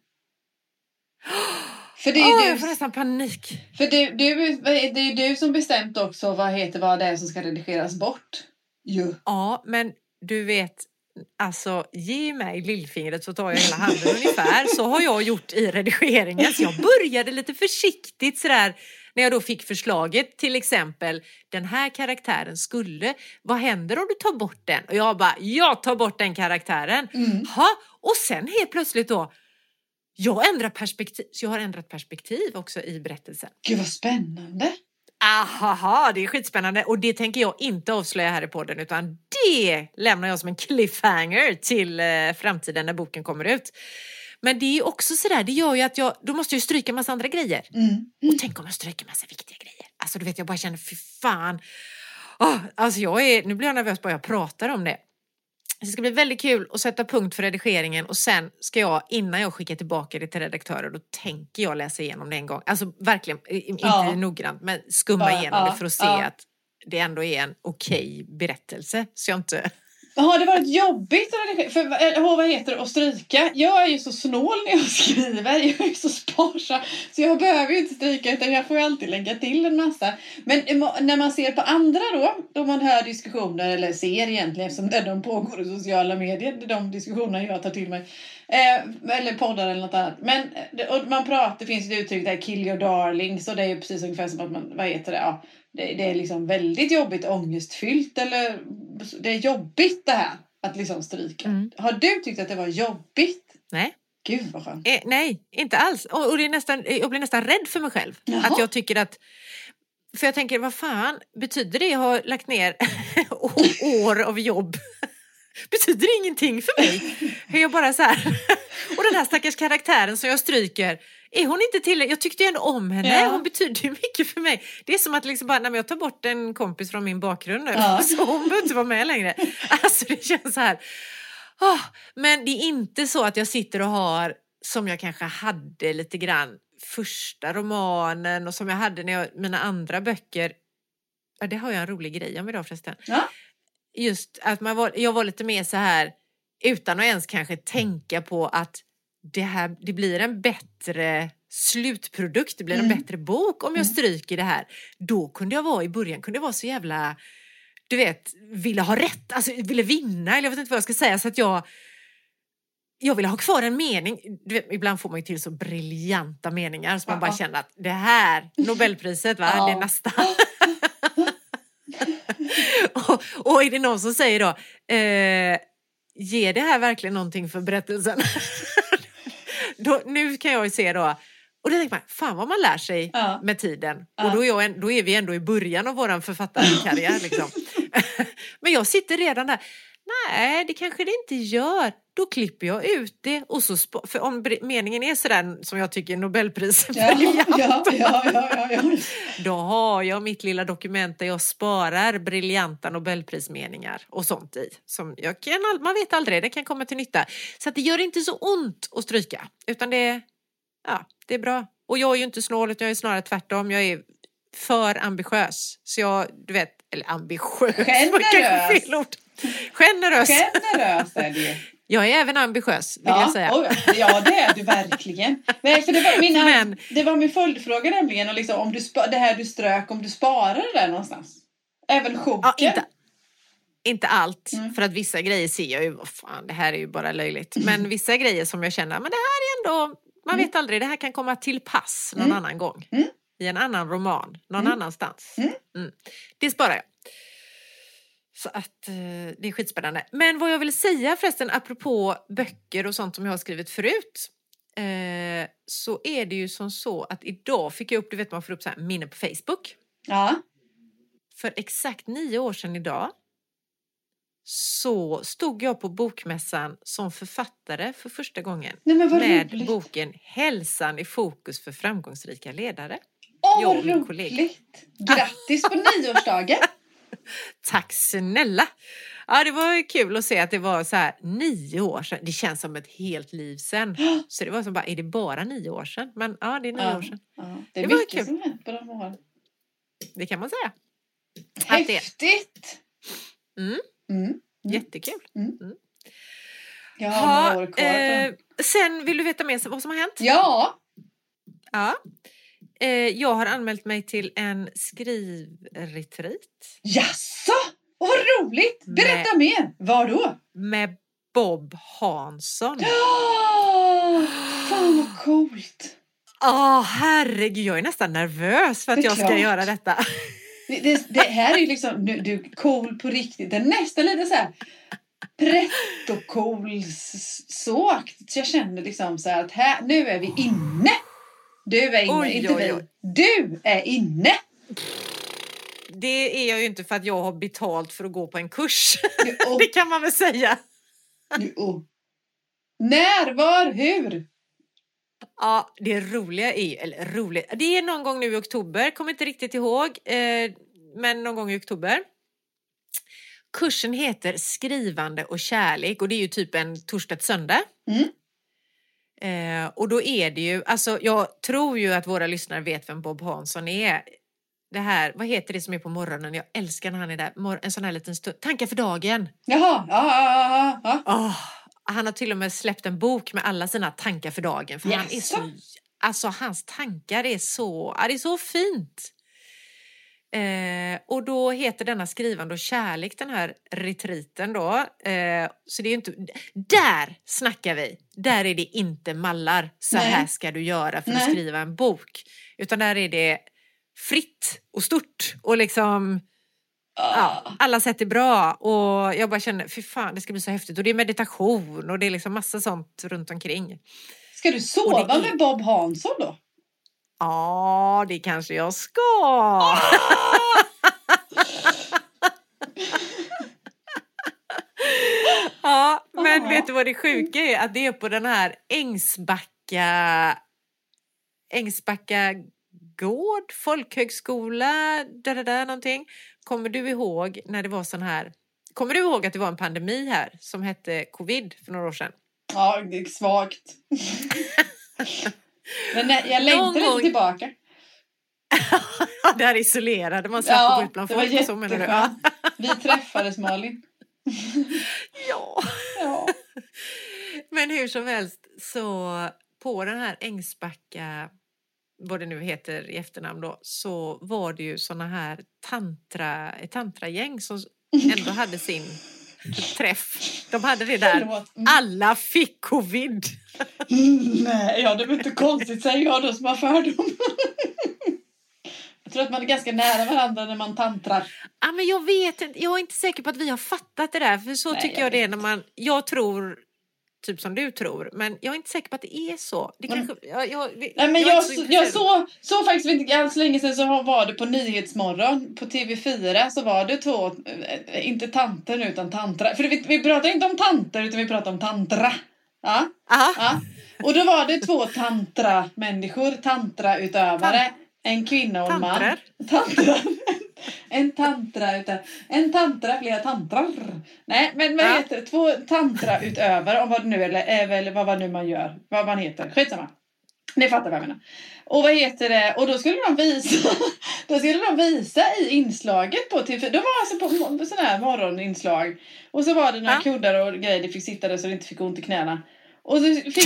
För det är jag får nästan panik. För det är du som bestämt också vad det är som ska redigeras bort. Jo. Ja, men du vet, alltså ge mig lillfingret så tar jag hela handen ungefär. Så har jag gjort i redigeringen. Så jag började lite försiktigt sådär när jag då fick förslaget. Till exempel, den här karaktären vad händer om du tar bort den? Och jag bara, jag tar bort den karaktären. Och sen helt plötsligt då, jag ändrar perspektiv. Så jag har ändrat perspektiv också i berättelsen. Gud vad spännande. Ahaha, det är skitspännande. Och det tänker jag inte avslöja här i podden. Utan det lämnar jag som en cliffhanger till framtiden när boken kommer ut. Men det är också sådär, det gör ju att då måste jag stryka en massa andra grejer. Och tänk om jag stryker en massa viktiga grejer. Alltså du vet, jag bara känner, fy fan. Alltså nu blir jag nervös bara jag pratar om det. Det ska bli väldigt kul att sätta punkt för redigeringen och sen ska jag, innan jag skickar tillbaka det till redaktörer, då tänker jag läsa igenom det en gång. Alltså verkligen, inte noggrant, men skumma igenom det för att se att det ändå är en okej berättelse. Så jag inte... Har det varit jobbigt vad heter det, att stryka? Jag är ju så snål när jag skriver. Jag är ju så sparsam. Så jag behöver ju inte stryka utan jag får ju alltid lägga till en massa. Men när man ser på andra då man hör diskussioner eller ser egentligen eftersom de pågår i sociala medier. De diskussioner jag tar till mig. Eller poddar eller något annat. Men och man pratar, det finns ett uttryck där, kill your darlings. Och det är ju precis ungefär som att man, vad heter det? Ja, det är liksom väldigt jobbigt, ångestfyllt. Eller det är jobbigt det här att liksom stryka. Har du tyckt att det var jobbigt? Nej. Gud vad skönt. Nej, inte alls. Och det är nästan, jag blir nästan rädd för mig själv. Jaha. Att jag tycker att... För jag tänker, vad fan betyder det? Jag har lagt ner år av jobb. Betyder det ingenting för mig? Hur jag bara så här... Och den här stackars karaktären som jag stryker, är hon inte tillräckligt? Jag tyckte ju ändå om henne. Ja. Hon betyder ju mycket för mig. Det är som att liksom bara, när jag tar bort en kompis från min bakgrund nu, så hon behöver inte vara med längre. Alltså det känns så här. Men det är inte så att jag sitter och har, som jag kanske hade lite grann första romanen och som jag hade när mina andra böcker. Ja, det har jag en rolig grej om idag förresten. Ja. Just att jag var lite mer så här, utan att ens kanske tänka på att det blir en bättre slutprodukt, det blir en bättre bok om jag stryker det här. Då kunde jag vara i början, kunde jag vara så jävla, du vet, ville ha rätt, alltså ville vinna, eller jag vet inte vad jag ska säga, så att jag ville ha kvar en mening. Du vet, ibland får man ju till så briljanta meningar så man bara känner att det här, Nobelpriset va, det är nästa. och är det någon som säger då, ger det här verkligen någonting för berättelsen? Nu kan jag ju se då, och då tänker man, fan vad man lär sig med tiden. Och då är vi ändå i början av våran författarkarriär liksom. Men jag sitter redan där, nej det kanske det inte gör. Då klipper jag ut det och så för om meningen är sådär som jag tycker Nobelpriset då har jag mitt lilla dokument där jag sparar briljanta Nobelprismeningar och sånt i. Som man vet aldrig, det kan komma till nytta. Så att det gör inte så ont att stryka, utan det är bra. Och jag är ju inte snål, utan jag är snarare tvärtom. Jag är för ambitiös. Så jag, du vet, eller ambitiös. Generös är det. Jag är även ambitiös, vill jag säga. Ja, det är du verkligen. Nej, för det var min följdfråga nämligen. Och liksom, om det här du strök, om du sparar det där någonstans. Även chocken. Ja, inte allt. För att vissa grejer ser jag ju, vad fan, det här är ju bara löjligt. Men vissa grejer som jag känner, men det här är ändå, man vet aldrig, det här kan komma till pass någon annan gång. I en annan roman, någon annanstans. Det sparar jag. Så att det är skitspännande. Men vad jag vill säga förresten, apropå böcker och sånt som jag har skrivit förut. Så är det ju som så att idag fick jag upp, du vet man får upp så här minne på Facebook. Ja. För exakt 9 år sedan idag så stod jag på bokmässan som författare för första gången. Nej, men med roligt. Boken Hälsan i fokus för framgångsrika ledare. Vad roligt! Grattis på 9-årsdagen! Tack snälla! Ja, det var kul att se att det var så här 9 år sedan. Det känns som ett helt liv sedan. Så det var som bara, är det bara 9 år sedan? Men ja, det är 9 år sedan. Ja. Det är Det var mycket kul. som hänt på de åren. Det kan man säga. Häftigt! Jättekul. Jag har några år kvar på dem. Sen vill du veta mer vad som har hänt? Ja! Ja. Jag har anmält mig till en skrivretreat. Jaså? Vad roligt! Berätta mer! Var då? Med Bob Hansson. Fan vad coolt! Herregud, jag är nästan nervös för att jag ska göra detta. Det här är ju liksom, du är cool på riktigt. Det är nästan lite så här pretto-cool såkt. Jag känner liksom så här att här, nu är vi inne. Du är inne, inte vi. Du är inne! Det är jag ju inte för att jag har betalt för att gå på en kurs. Det kan man väl säga. När, var, hur? Ja, det roliga är, eller roligt, det är någon gång nu i oktober, kommer inte riktigt ihåg, men någon gång i oktober. Kursen heter Skrivande och kärlek och det är ju typ en torsdag till söndag. Och då är det ju, alltså jag tror ju att våra lyssnare vet vem Bob Hansson är. Det här, vad heter det som är på morgonen? Jag älskar när han är där, en sån här liten stund. Tankar för dagen. Jaha, ja. Han har till och med släppt en bok med alla sina tankar för dagen. För han är så, alltså hans tankar är så, det är så fint. Och då heter denna Skrivande och kärlek den här retreaten då. Så det är ju inte, där snackar vi. Där är det inte mallar. Så här ska du göra för att skriva en bok. Utan där är det fritt och stort och liksom alla sätt är bra och jag bara känner, fy fan, det ska bli så häftigt och det är meditation och det är liksom massa sånt runt omkring. Ska du sova med Bob Hansson då? Ja, det kanske jag ska. Ja, men vet du vad det sjuka är? Att det är på den här Ängsbacka gård, folkhögskola, någonting. Kommer du ihåg när det var sån här? Kommer du ihåg att det var en pandemi här som hette covid för några år sedan? Ja, det är svagt. Men jag längtar lite tillbaka. Ja, där isolerade man slapp gå ut bland folk. Det var jätteskönt. Vi träffades, Malin. Ja. Men hur som helst så på den här Ängsbacka, vad det nu heter i efternamn då, så var det ju såna här tantragäng som ändå hade sin träff. De hade det där. Alla fick covid. Nej, det var inte konstigt, säger jag då som har fördom. Jag tror att man är ganska nära varandra när man tantrar. Ja, men jag vet inte. Jag är inte säker på att vi har fattat det där. För så tycker jag det är när man... Jag tror... Typ som du tror. Men jag är inte säker på att det är så. Det kanske... Jag såg faktiskt inte alls länge sedan så var det på Nyhetsmorgon på TV4 så var det 2, inte tanter nu utan tantra. För vi pratar inte om tanter utan vi pratar om tantra. Ja. Och då var det 2 tantra-människor, tantra-utövare. En kvinna och en man. En tantra, flera tantrar. Nej, men vad heter det? 2 tantrautövare om vad nu eller vad nu man gör. Vad man heter. Skitsamma. Ni fattar vad jag menar. Och vad heter det? Och då skulle de visa i inslaget på TV. De var alltså på sån här morgoninslag. Och så var det några kuddar och grejer. De fick sitta där så de inte fick ont i knäna. Och så fick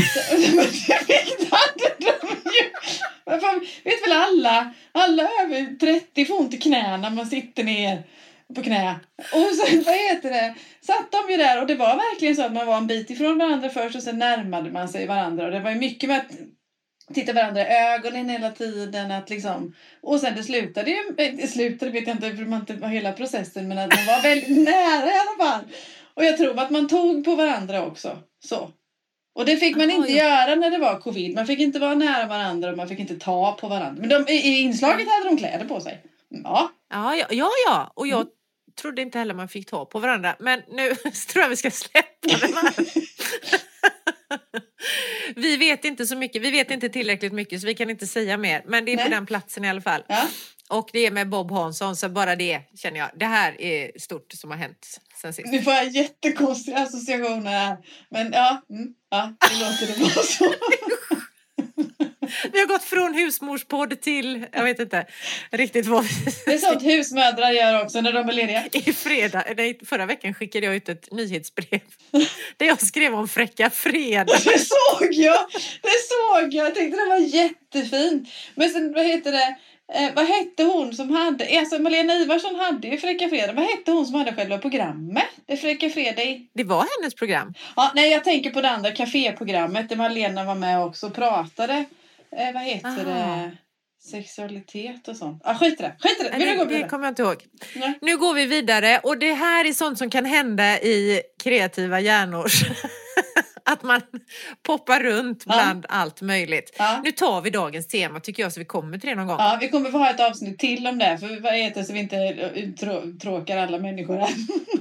vet väl alla över 30 får ont i knäna man sitter ner på knä. Och så satt de ju där och det var verkligen så att man var en bit ifrån varandra först och sen närmade man sig varandra och det var ju mycket med att titta varandra i ögonen hela tiden att liksom, och sen det slutade vet jag inte hur man inte var hela processen men att man var väldigt nära i alla fall. Och jag tror att man tog på varandra också så. Och det fick man inte göra när det var covid. Man fick inte vara nära varandra och man fick inte ta på varandra. Men i inslaget hade de kläder på sig. Ja. Och jag trodde inte heller man fick ta på varandra. Men nu tror jag vi ska släppa det här. Vi vet inte så mycket, vi vet inte tillräckligt mycket så vi kan inte säga mer. Men det är på den platsen i alla fall. Ja. Och det är med Bob Hansson, så bara det känner jag. Det här är stort som har hänt sen sist. Nu får jag jättekonstiga associationer här. Men ja, det låter det vara så. Vi har gått från husmorspodd till, jag vet inte riktigt vad vi... Det är sånt husmödrar gör också när de är lediga. Förra veckan skickade jag ut ett nyhetsbrev där jag skrev om fräcka fredag. Det såg jag! Jag tänkte det var jättefint. Men sen, vad hette hon som hade... Alltså Malena Ivarsson hade ju Fräcka fredag. Vad hette hon som hade själva programmet? Det Fräcka fredag i... Det var hennes program. Ja, nej, jag tänker på det andra kaféprogrammet där Malena var med också och pratade. Vad heter det? Sexualitet och sånt. Skit i det. Det kommer jag inte ihåg. Nej. Nu går vi vidare. Och det här är sånt som kan hända i kreativa hjärnor. Att man poppar runt bland allt möjligt. Ja. Nu tar vi dagens tema tycker jag, så vi kommer till det någon gång. Ja, vi kommer få ha ett avsnitt till om det. För vad heter det, så vi inte uttråkar alla människor här.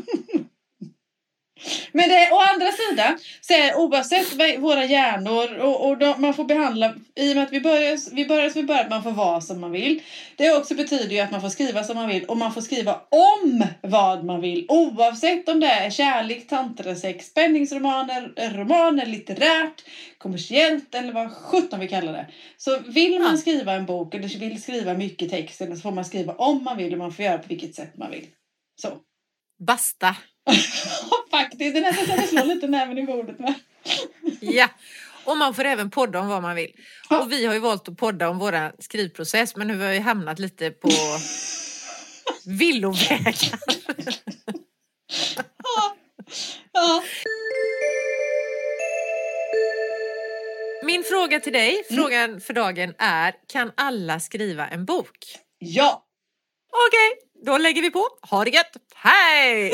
Men det, å andra sidan, så är, oavsett våra hjärnor man får behandla, i och med att vi börjar att man får vara som man vill. Det också betyder ju att man får skriva som man vill och man får skriva om vad man vill. Oavsett om det är kärlek, tantrasex, spänningsromaner, romaner, litterärt, kommersiellt eller vad 17 vi kallar det. Så vill man skriva en bok eller vill skriva mycket text, så får man skriva om man vill och man får göra på vilket sätt man vill. Så. Basta. Faktiskt, det är nästan så att jag slår lite näven i bordet med. Ja, och man får även podda om vad man vill. Ja. Och vi har ju valt att podda om våra skrivprocess, men nu har vi hamnat lite på villovägar. Ja. Min fråga till dig, frågan för dagen är: kan alla skriva en bok? Ja. Okej, då lägger vi på. Ha det gött. Hej!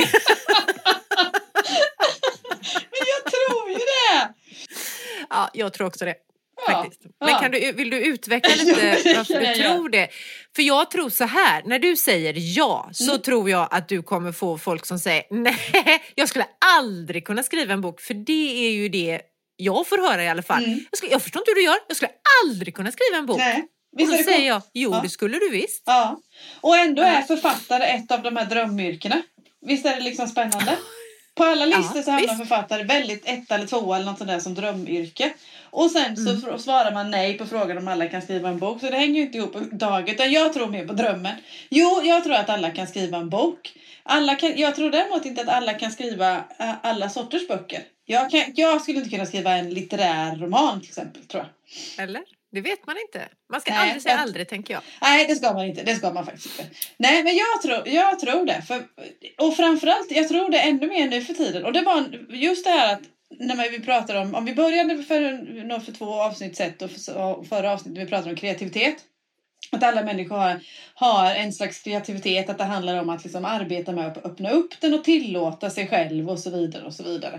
Men jag tror ju det. Ja, jag tror också det. Ja. Faktiskt. Men vill du utveckla lite varför du tror det? För jag tror så här, när du säger ja så tror jag att du kommer få folk som säger nej, jag skulle aldrig kunna skriva en bok, för det är ju det jag får höra i alla fall. Jag förstår inte hur du gör, jag skulle aldrig kunna skriva en bok. Nej. Och så säger jag, det skulle du visst. Ja, och ändå är författare ett av de här drömyrkena. Visst är det liksom spännande? På alla listor så hamnar författare väldigt 1 eller 2 eller något sånt där som drömyrke. Och sen så svarar man nej på frågan om alla kan skriva en bok. Så det hänger ju inte ihop på dagen, utan jag tror mer på drömmen. Jo, jag tror att alla kan skriva en bok. Jag tror däremot inte att alla kan skriva alla sorters böcker. Jag skulle inte kunna skriva en litterär roman till exempel, tror jag. Eller? Det vet man inte. Man ska aldrig säga aldrig, tänker jag. Nej, det ska man inte. Det ska man faktiskt inte. Nej, men jag tror det. Och framförallt, jag tror det ännu mer nu för tiden. Och det var just det här att när vi pratar om vi började för 2 avsnitt sett och förra avsnittet vi pratade om kreativitet. Att alla människor har en slags kreativitet, att det handlar om att liksom arbeta med att öppna upp den och tillåta sig själv och så vidare och så vidare.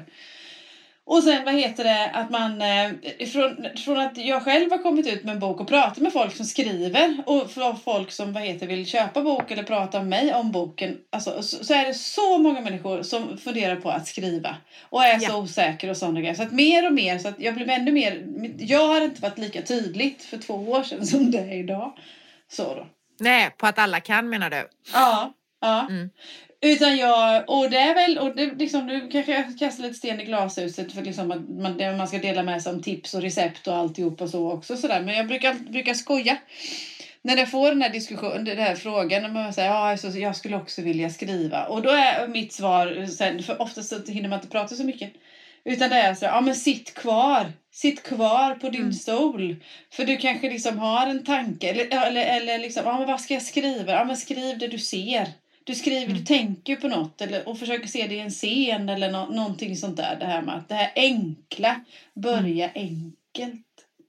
Och sen att man från att jag själv har kommit ut med en bok och pratat med folk som skriver och folk som vill köpa bok eller prata med mig om boken, alltså, så är det så många människor som funderar på att skriva och är så osäker och sådana grejer. Så att mer och mer, så att jag blev ännu mer, jag har inte varit lika tydligt för 2 år sedan som det är idag. Så då. Nej, på att alla kan, menar du? Ja. Utan och det är väl, och det liksom, nu kanske jag kastar lite sten i glashuset för liksom att man ska dela med sig om tips och recept och alltihop och så också sådär. Men jag brukar skoja när jag får den här diskussionen, den här frågan, när man säger jag skulle också vilja skriva. Och då är mitt svar sen, för oftast så hinner man inte prata så mycket. Utan det är så, men sitt kvar på din stol. För du kanske liksom har en tanke eller liksom, men vad ska jag skriva? Ja, men skriv det du ser. Du skriver, du tänker på något och försöker se det i en scen eller någonting sånt där. Det här med att det här enkla, börja enkelt.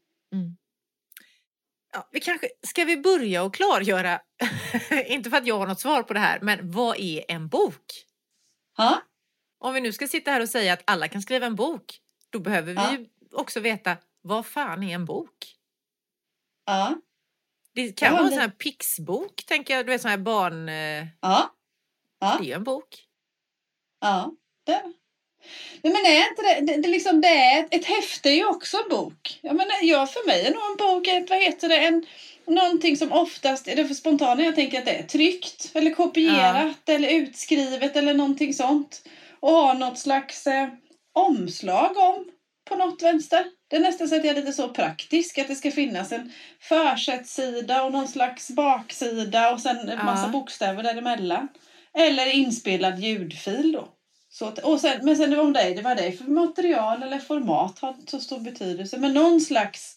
Ja, ska vi börja och klargöra, inte för att jag har något svar på det här, men vad är en bok? Ja. Om vi nu ska sitta här och säga att alla kan skriva en bok, då behöver vi ju också veta, vad fan är en bok? Ja. Det kan vara en sån här pixbok, tänker jag. Du vet, sån här barn... Ja. Det är ju en bok. Ja, det. Nej, men är inte det liksom det är ett häfte är ju också en bok. Jag menar, för mig är nog en bok någonting som oftast är det för spontana. Jag tänker att det är tryckt eller kopierat eller utskrivet eller någonting sånt. Och har något slags omslag om på något vänster. Det är nästan så att jag är lite så praktisk att det ska finnas en försättsida och någon slags baksida och sen en massa bokstäver däremellan. Eller inspelad ljudfil då. Men sen om det var det för material eller format har inte så stor betydelse. Men någon slags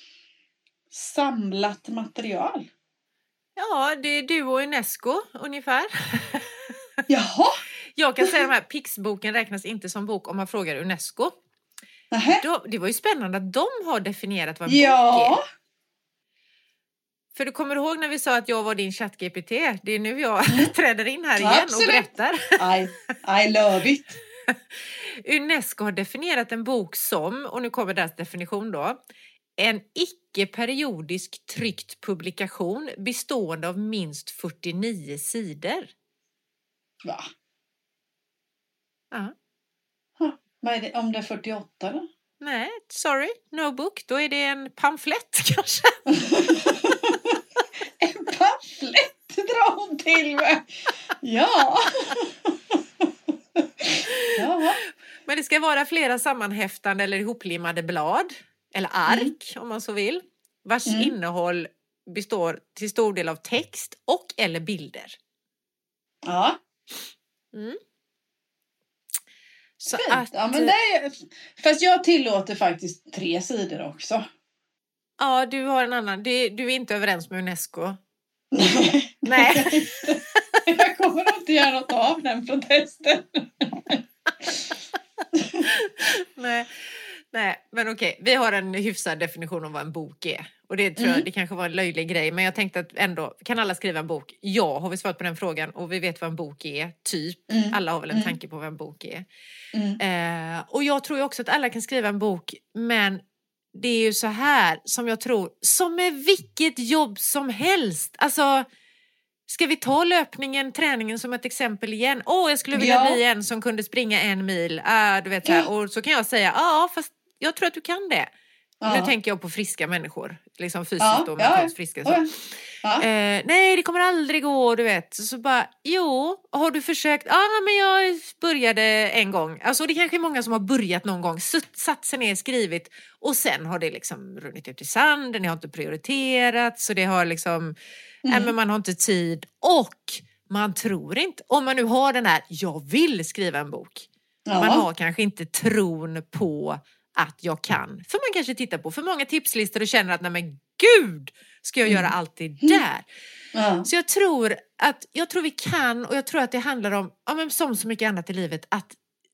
samlat material. Ja, det är du och Unesco ungefär. Jaha. Jag kan säga att den här Pixboken räknas inte som bok om man frågar Unesco. Det var ju spännande att de har definierat vad en bok är. För du kommer ihåg när vi sa att jag var din ChatGPT? Det är nu jag träder in här igen och berättar. I love it. Unesco har definierat en bok som, och nu kommer deras definition då, en icke-periodisk tryckt publikation bestående av minst 49 sidor. Va? Ja. Vad är det, om det är 48 då? Nej, sorry, no book. Då är det en pamflett kanske. En pamflett drar hon till med. Ja. Ja. Men det ska vara flera sammanhäftande eller ihoplimmade blad. Eller ark om man så vill. Vars innehåll består till stor del av text och eller bilder. Ja. Så fint. att, ja, men fast jag tillåter faktiskt 3 sidor också. Ja, du har en annan. Du är inte överens med Unesco. Nej. Jag kommer nog inte göra något av den protesten. Nej, men okej. Vi har en hyfsad definition om vad en bok är. Och det tror jag, det kanske var en löjlig grej. Men jag tänkte att ändå, kan alla skriva en bok? Ja, har vi svarat på den frågan. Och vi vet vad en bok är, typ. Alla har väl en tanke på vad en bok är. Och jag tror ju också att alla kan skriva en bok. Men det är ju så här som jag tror, som med vilket jobb som helst. Alltså, ska vi ta träningen som ett exempel igen? Jag skulle vilja bli en som kunde springa 1 mil. Du vet så här. Och så kan jag säga, fast jag tror att du kan det. Nu tänker jag på friska människor. Liksom fysiskt och mentalt friska. Så. Nej, det kommer aldrig gå, du vet. Så bara, har du försökt? Men jag började en gång. Alltså det kanske är många som har börjat någon gång. Satt sig ner, skrivit. Och sen har det liksom runnit ut i sanden. Det har inte prioriterat. Så det har liksom, men man har inte tid. Och man tror inte, om man nu har den här, jag vill skriva en bok. Man har kanske inte tron på att jag kan. För man kanske tittar på för många tipslistor och känner att nej men gud, ska jag göra allt det där? Så jag tror vi kan, och jag tror att det handlar om, men som så mycket annat i livet, att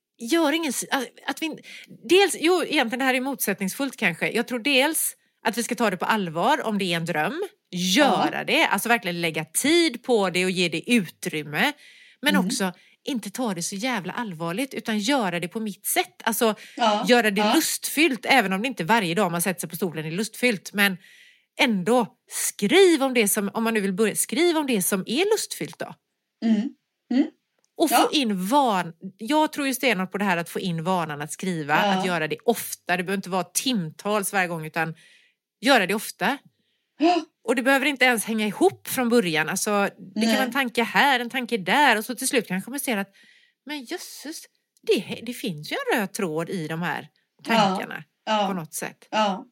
egentligen det här är motsättningsfullt kanske. Jag tror dels att vi ska ta det på allvar om det är en dröm. Göra det, alltså verkligen lägga tid på det och ge det utrymme. Men också inte ta det så jävla allvarligt, utan göra det på mitt sätt. Alltså göra det lustfyllt, även om det inte varje dag man sätter sig på stolen är lustfyllt. Men ändå, skriv om det som, om man nu vill börja, skriv om det som är lustfyllt då. Och få in jag tror ju stenhårt på det här att få in vanan att skriva, att göra det ofta. Det behöver inte vara timtals varje gång, utan göra det ofta. Och det behöver inte ens hänga ihop från början. Alltså, det kan vara en tanke här, en tanke där. Och så till slut kanske man ser att, men jösses, det finns ju en röd tråd i de här tankarna på något sätt. Ja,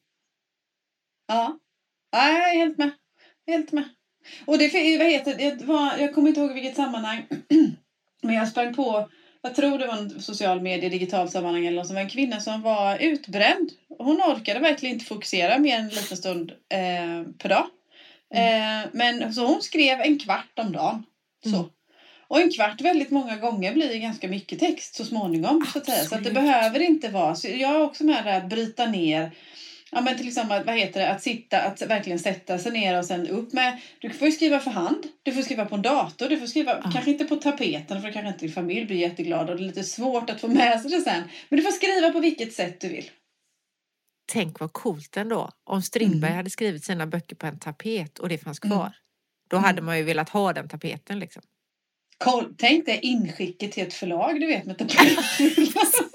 jag är helt med. Och jag kommer inte ihåg vilket sammanhang. Men jag sprang på, jag tror det var en social medie, digitalt sammanhang eller något, som var en kvinna som var utbränd. Hon orkade verkligen inte fokusera mer än en liten stund per dag. Men så hon skrev 1/4 om dagen. Så. Och 1/4 väldigt många gånger blir ganska mycket text så småningom. Så att det behöver inte vara. Så jag är också med där att bryta ner. Ja, men till exempel, att verkligen sätta sig ner och sen upp med, du får ju skriva för hand, du får skriva på en dator, du får skriva, kanske inte på tapeten för kanske inte din familj blir jätteglad och det är lite svårt att få med sig det sen. Men du får skriva på vilket sätt du vill. Tänk vad coolt ändå, om Strindberg hade skrivit sina böcker på en tapet och det fanns kvar. Då hade man ju velat ha den tapeten liksom. Tänk dig inskicket till ett förlag, du vet, med tapet.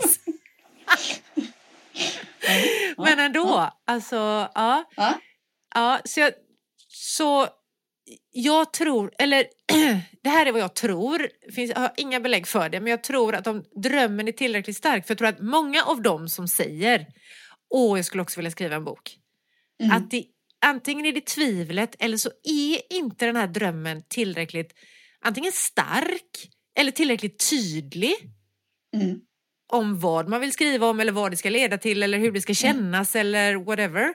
Men ändå, alltså, ja. Ja, så jag tror, eller det här är vad jag tror, jag har inga belägg för det, men jag tror att om drömmen är tillräckligt stark, för jag tror att många av dem som säger jag skulle också vilja skriva en bok, att det, antingen är det tvivlet eller så är inte den här drömmen tillräckligt antingen stark eller tillräckligt tydlig om vad man vill skriva om eller vad det ska leda till eller hur det ska kännas eller whatever.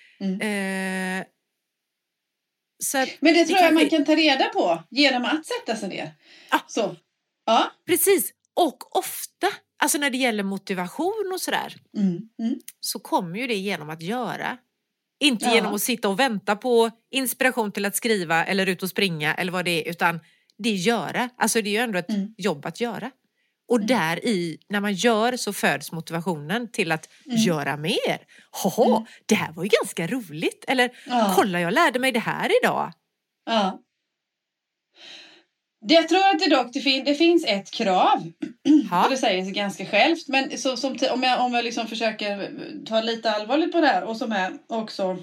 Men det tror jag man kan ta reda på genom att sätta sig ner. Så. Ja. Precis. Och ofta, alltså när det gäller motivation och sådär, så kommer ju det genom att göra. Inte genom att sitta och vänta på inspiration till att skriva eller ut och springa eller vad det är, utan det är göra. Alltså det är ju ändå ett jobb att göra. Och där i, när man gör, så föds motivationen till att göra mer. Det här var ju ganska roligt. Eller kolla, jag lärde mig det här idag. Ja. Jag tror att det finns ett krav. Och det säger sig ganska självt. Men om jag liksom försöker ta lite allvarligt på det här. Och som är också,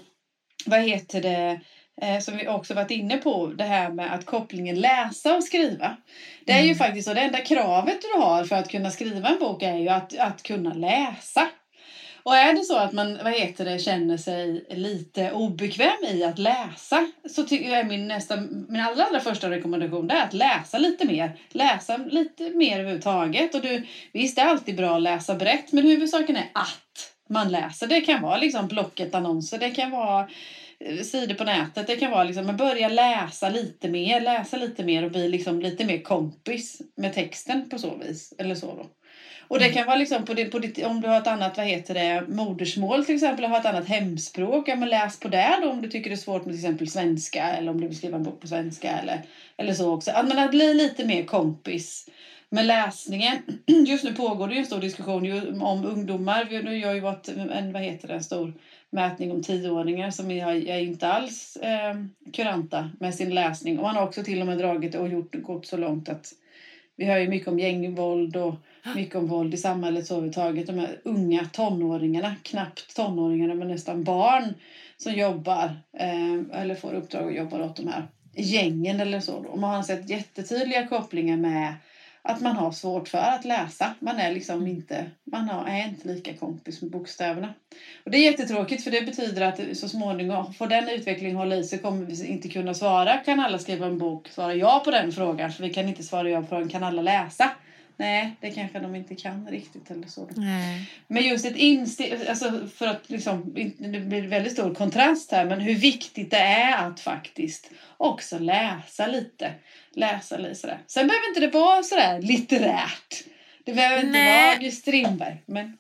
som vi också varit inne på, det här med att kopplingen läsa och skriva. Det är ju faktiskt så, det enda kravet du har för att kunna skriva en bok är ju att kunna läsa. Och är det så att man, känner sig lite obekväm i att läsa, så tycker jag min allra första rekommendation är att läsa lite mer. Läsa lite mer överhuvudtaget. Och visst, det är alltid bra att läsa brett, men huvudsaken är att man läser. Det kan vara liksom Blocket annonser, det kan vara sidor på nätet, det kan vara liksom man börjar läsa lite mer och bli liksom lite mer kompis med texten på så vis, eller så då. Och det kan vara liksom om du har ett annat, modersmål till exempel, har ett annat hemspråk, ja, men läs på det då om du tycker det är svårt med till exempel svenska, eller om du vill skriva en bok på svenska eller så också. Att man blir lite mer kompis med läsningen. Just nu pågår det ju en stor diskussion om ungdomar. Nu har ju varit en stor mätning om 10-åringar som är inte alls kuranta med sin läsning. Och man har också till och med dragit och gått så långt att vi hör ju mycket om gängvåld och mycket om våld i samhället så överhuvudtaget. De här unga tonåringarna, knappt tonåringarna men nästan barn som jobbar eller får uppdrag att jobba åt de här gängen eller så. Och man har sett jättetydliga kopplingar med att man har svårt för att läsa. Man är liksom inte lika kompis med bokstäverna. Och det är jättetråkigt, för det betyder att så småningom, får den utvecklingen hålla i sig, kommer vi inte kunna svara. Kan alla skriva en bok? Svara ja på den frågan. För vi kan inte svara ja på frågan. Kan alla läsa? Nej, det kanske de inte kan riktigt eller så. Nej. Men just alltså för att liksom, det blir väldigt stor kontrast här, men hur viktigt det är att faktiskt också läsa lite sådär. Sen behöver inte det vara sådär litterärt. Det behöver inte vara August Strindberg, men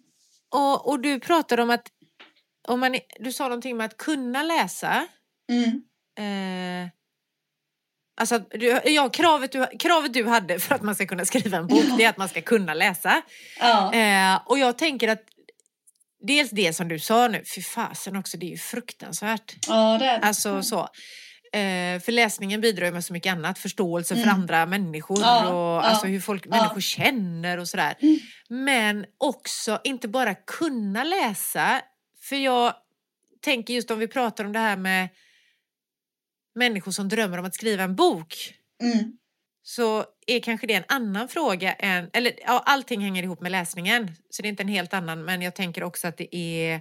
och du pratade om att du sa någonting med att kunna läsa. Alltså, kravet du hade för att man ska kunna skriva en bok, det är att man ska kunna läsa. Och jag tänker att dels det som du sa nu, fy fasen också, det är ju fruktansvärt. Ja, det är det. Alltså så. För läsningen bidrar ju med så mycket annat, förståelse för andra människor och alltså hur människor känner och sådär. Men också inte bara kunna läsa, för jag tänker just om vi pratar om det här med människor som drömmer om att skriva en bok, så är kanske det en annan fråga än, allting hänger ihop med läsningen, så det är inte en helt annan, men jag tänker också att det är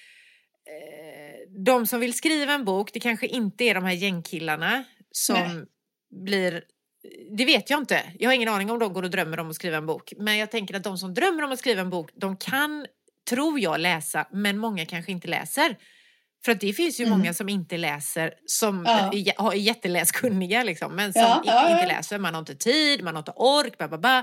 de som vill skriva en bok, det kanske inte är de här gängkillarna som blir, det vet jag inte, jag har ingen aning om de går och drömmer om att skriva en bok, men jag tänker att de som drömmer om att skriva en bok, de kan, tror jag, läsa, men många kanske inte läser. För att det finns ju många som inte läser, som är jätteläskunniga liksom, men som inte läser. Man har inte tid, man har inte ork,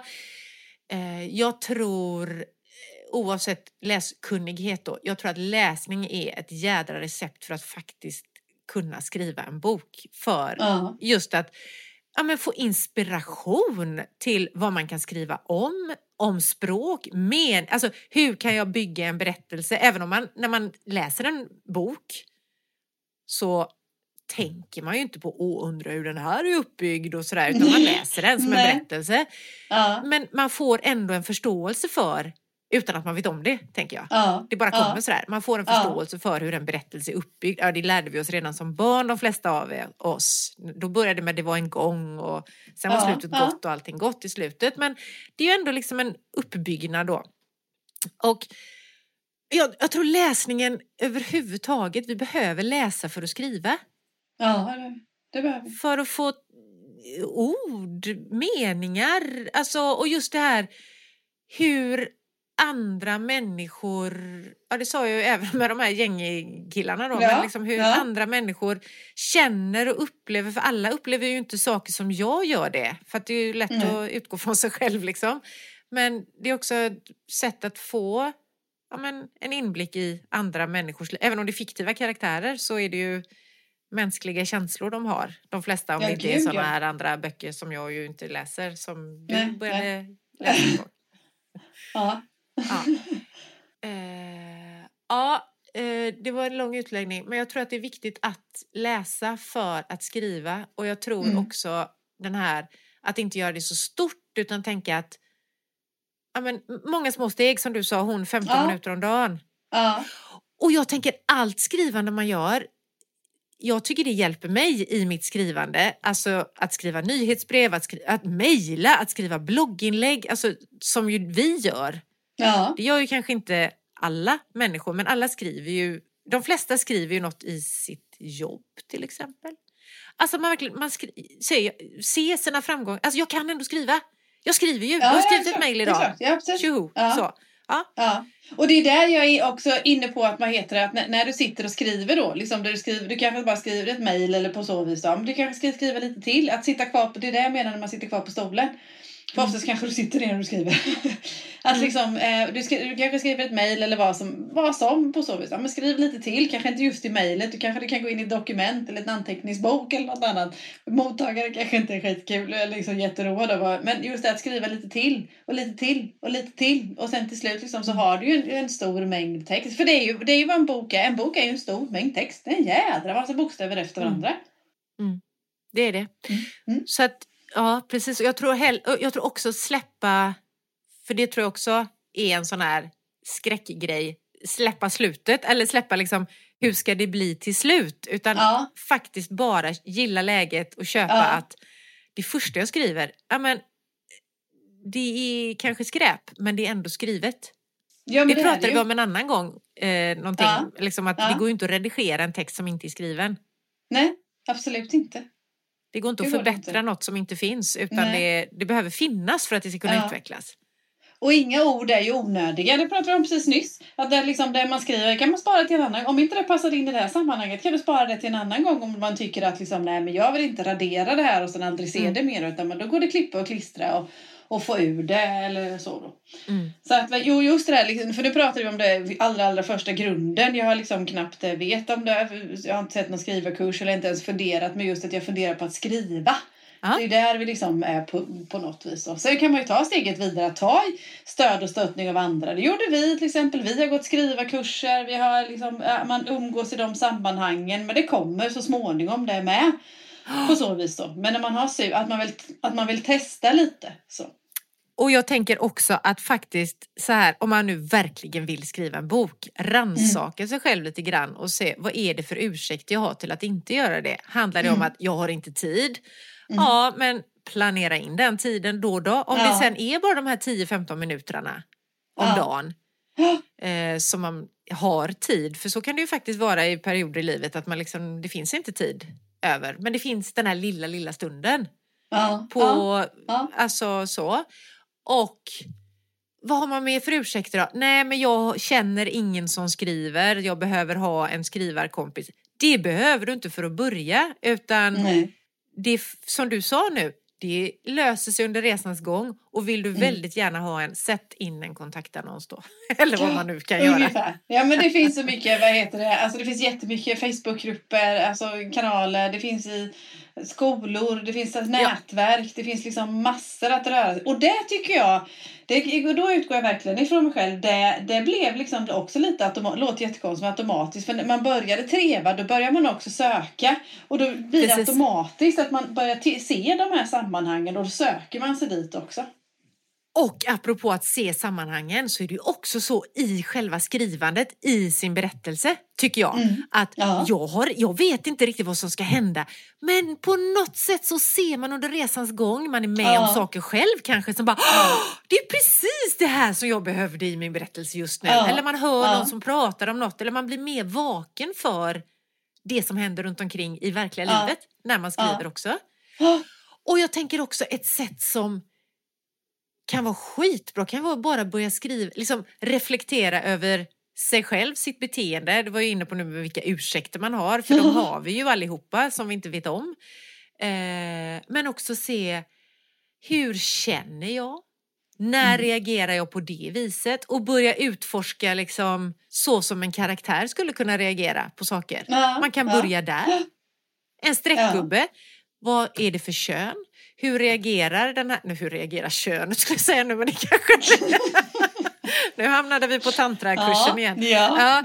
Jag tror, oavsett läskunnighet då, jag tror att läsning är ett jädra recept för att faktiskt kunna skriva en bok. För just att få inspiration till vad man kan skriva om språk, men alltså hur kan jag bygga en berättelse, även om när man läser en bok så tänker man ju inte på undra hur den här är uppbyggd och sådär, utan man läser den som en berättelse. Men man får ändå en förståelse för Utan att man vet om det, tänker jag. Ja. Det bara kommer sådär. Man får en förståelse för hur en berättelse är uppbyggd. Ja, det lärde vi oss redan som barn, de flesta av oss. Då började med det var en gång och sen var slutet gott och allting gott i slutet. Men det är ju ändå liksom en uppbyggnad då. Och jag tror läsningen överhuvudtaget, vi behöver läsa för att skriva. Ja, det behöver vi. För att få ord, meningar, alltså, och just det här hur andra människor, ja det sa jag ju även med de här gängkillarna då, men liksom hur andra människor känner och upplever, för alla upplever ju inte saker som jag gör det, för att det är ju lätt att utgå från sig själv liksom. Men det är också ett sätt att få en inblick i andra människors liv. Även om det är fiktiva karaktärer så är det ju mänskliga känslor de har. De flesta, om det inte är sådana här andra böcker som jag ju inte läser, som du började läsa på. Det var en lång utläggning, men jag tror att det är viktigt att läsa för att skriva, och jag tror också den här att inte göra det så stort, utan tänka att många små steg, som du sa, hon 15 minuter om dagen. Och jag tänker allt skrivande man gör, jag tycker det hjälper mig i mitt skrivande. Alltså att skriva nyhetsbrev, att mejla, att skriva blogginlägg. Alltså som ju vi gör. Ja. Det gör ju kanske inte alla människor, men alla skriver ju. De flesta skriver ju något i sitt jobb till exempel. Alltså man ser sina framgångar. Alltså jag kan ändå skriva. Jag skriver ju. Jag har skrivit ett mejl idag. Tjoho, så. Ja. Och det är där jag är också inne på att man heter att när du sitter och skriver då, liksom där du kanske bara skriver ett mejl eller på så vis då, men du kanske ska skriva lite till, att sitta kvar på, det är det jag menar när man sitter kvar på stolen. För oftast kanske du sitter ner när du skriver. Att liksom, du kanske skriver ett mejl eller vad som på så vis. Ja, men skriv lite till, kanske inte just i mejlet. Du kanske kan gå in i ett dokument eller ett anteckningsbok eller något annat. Mottagare kanske inte är skitkul eller liksom jätteroad. Men just det att skriva lite till och lite till och lite till. Och sen till slut liksom, så har du ju en stor mängd text. För det är ju vad en bok är. En bok är ju en stor mängd text. Det är en jädra massa bokstäver efter varandra. Det är det. Så att ja, precis. Jag tror också släppa, för det tror jag också är en sån här skräckgrej. Släppa slutet, eller släppa liksom, hur ska det bli till slut? Utan faktiskt bara gilla läget och köpa att det första jag skriver, det är kanske skräp, men det är ändå skrivet. Ja, det pratade vi om en annan gång. Liksom att det går ju inte att redigera en text som inte är skriven. Nej, absolut inte. Det går inte att förbättra något som inte finns, utan det behöver finnas för att det ska kunna utvecklas. Och inga ord är ju onödiga, det pratade vi om precis nyss. Att det man skriver kan man spara till en annan gång. Om inte det passar in i det här sammanhanget kan du spara det till en annan gång om man tycker att liksom, nej men jag vill inte radera det här och sen aldrig se det mer, utan då går det klippa och klistra och få ur det eller så då. Så att, just det där, liksom, för nu pratar vi om det allra första grunden. Jag har liksom knappt vet om det. Jag har inte sett någon skrivarkurs eller inte ens funderat, men just att jag funderar på att skriva. Det är där vi liksom är på något vis. Då. Sen kan man ju ta steget vidare att ta stöd och stöttning av andra. Det gjorde vi till exempel. Vi har gått skrivarkurser. Vi har liksom, man umgås i de sammanhangen. Men det kommer så småningom det med. På så vis då. Men när man har att man vill testa lite så. Och jag tänker också att faktiskt så här, om man nu verkligen vill skriva en bok, rannsaka sig själv lite grann och se vad är det för ursäkt jag har till att inte göra det. Handlar det om att jag har inte tid? Ja, men planera in den tiden då. Om det sen är bara de här 10-15 minuterna om dagen som man har tid. För så kan det ju faktiskt vara i perioder i livet att man liksom, det finns inte tid över. Men det finns den här lilla stunden. Alltså så. Och vad har man med för ursäkter då? Nej, men jag känner ingen som skriver. Jag behöver ha en skrivarkompis. Det behöver du inte för att börja. Utan det som du sa nu, det löser sig under resans gång. Och vill du väldigt gärna ha sätt in en kontaktannons då. Eller vad man nu kan göra. Ja, men det finns så mycket, alltså det finns jättemycket Facebookgrupper, alltså kanaler, det finns i skolor, det finns nätverk, det finns liksom massor att röra sig. Och det tycker jag, då utgår jag verkligen ifrån mig själv, det blev liksom också lite låter jättekonstigt men automatiskt, för när man började treva då börjar man också söka och då blir det automatiskt att man börjar se de här sammanhangen och då söker man sig dit också. Och apropå att se sammanhangen så är det ju också så i själva skrivandet i sin berättelse, tycker jag. Att jag vet inte riktigt vad som ska hända. Men på något sätt så ser man under resans gång, man är med om saker själv kanske som bara, det är precis det här som jag behövde i min berättelse just nu. Eller man hör någon som pratar om något, eller man blir mer vaken för det som händer runt omkring i verkliga livet när man skriver också. Och jag tänker också ett sätt som kan vara skitbra, kan vara bara börja skriva, liksom reflektera över sig själv, sitt beteende. Det var ju inne på nu med vilka ursäkter man har, för de har vi ju allihopa som vi inte vet om. Men också se, hur känner jag? När reagerar jag på det viset? Och börja utforska liksom så som en karaktär skulle kunna reagera på saker. Man kan börja där. En streckgubbe, vad är det för kön? Hur reagerar den här... Nu, hur reagerar könet skulle jag säga nu, men det kanske... Nu hamnade vi på tantrakursen igen. Ja.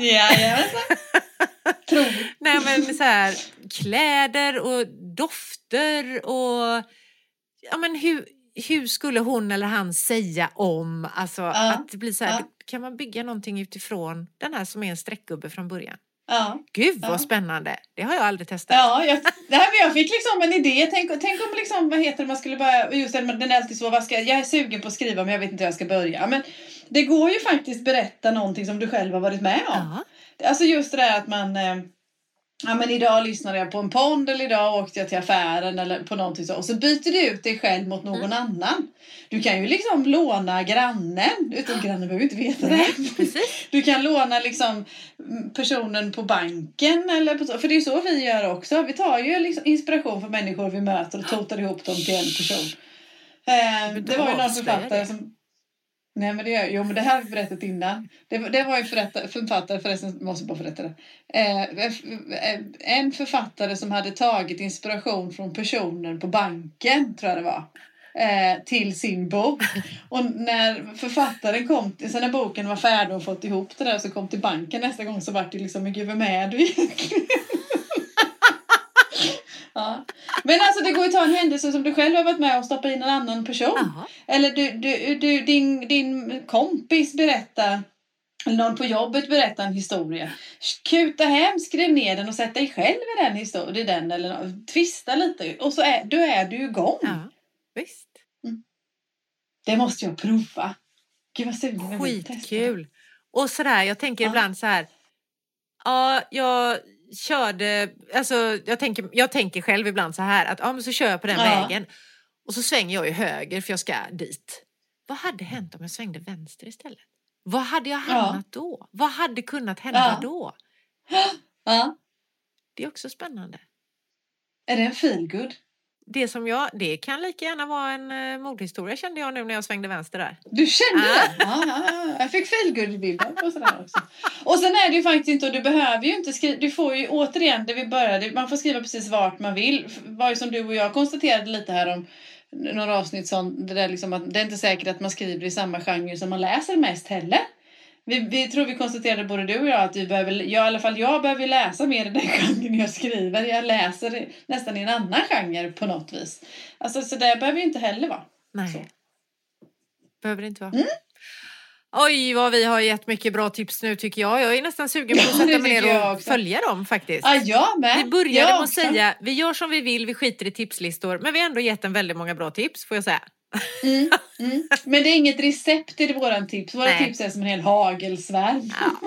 Nej, men så här, kläder och dofter och... Ja, men hur skulle hon eller han säga om... Alltså, att det blir så här... Kan man bygga någonting utifrån den här som är en streckgubbe från början? Gud vad spännande. Det har jag aldrig testat. Jag fick liksom en idé. Tänk om liksom, vad heter det, man skulle bara, just den är alltid så, jag är sugen på att skriva men jag vet inte hur jag ska börja. Men det går ju faktiskt berätta någonting som du själv har varit med om. Alltså just det där att man men idag lyssnade jag på en podd, eller idag åkte jag till affären eller på någonting så. Och så byter du ut dig själv mot någon annan. Du kan ju liksom låna grannen, utan grannen behöver inte veta det. Precis. Du kan låna liksom personen på banken eller på, för det är så vi gör också. Vi tar ju liksom inspiration från människor vi möter och totar ihop dem till en person. Det var ju någon författare som... Nej, men men det här har vi berättat innan. Det var ju författare, förresten måste jag bara berätta det. En författare som hade tagit inspiration från personen på banken, tror jag det var, till sin bok. Och när författaren kom, sen när boken var färdig och fått ihop det där, så kom till banken nästa gång, så var det liksom, men gud, vem är du egentligen? Ja. Men alltså det går ju att ta en händelse som du själv har varit med och stoppa in en annan person. Eller din kompis berättar, eller någon på jobbet berättar en historia. Kuta hem, skriv ner den och sätt dig själv i den historien, eller twista lite. Och så är du igång. Ja, visst. Det måste jag prova. Gud vad sugen jag vill testa. Skitkul. Och sådär, jag tänker ibland så här. Jag körde, alltså jag tänker själv ibland så här att men så kör jag på den vägen och så svänger jag ju höger för jag ska dit. Vad hade hänt om jag svängde vänster istället? Vad hade jag hamnat då? Vad hade kunnat hända då? Det är också spännande. Är det en feelgood? Det kan lika gärna vara en mordhistoria, kände jag nu när jag svängde vänster där. Du kände det? Jag fick feelgood-bilder och sådär också. Och sen är det ju faktiskt inte, och du behöver ju inte skriva, du får ju återigen där vi började, man får skriva precis vart man vill. Var ju som du och jag konstaterade lite här om några avsnitt som det där liksom, att det är inte säkert att man skriver i samma genre som man läser mest heller. Vi tror vi konstaterade både du och jag att jag behöver läsa mer i den genren jag skriver. Jag läser nästan i en annan genre på något vis. Alltså så det behöver ju inte heller vara. Nej. Så. Behöver det inte vara. Oj, vad vi har gett mycket bra tips nu tycker jag. Jag är nästan sugen på att sätta mig ner och följa dem faktiskt. Jag med. Vi började med att säga, vi gör som vi vill, vi skiter i tipslistor. Men vi har ändå gett en väldigt många bra tips, får jag säga. Men det är inget recept i våran tips. Våra tips är som en hel hagelsvärd.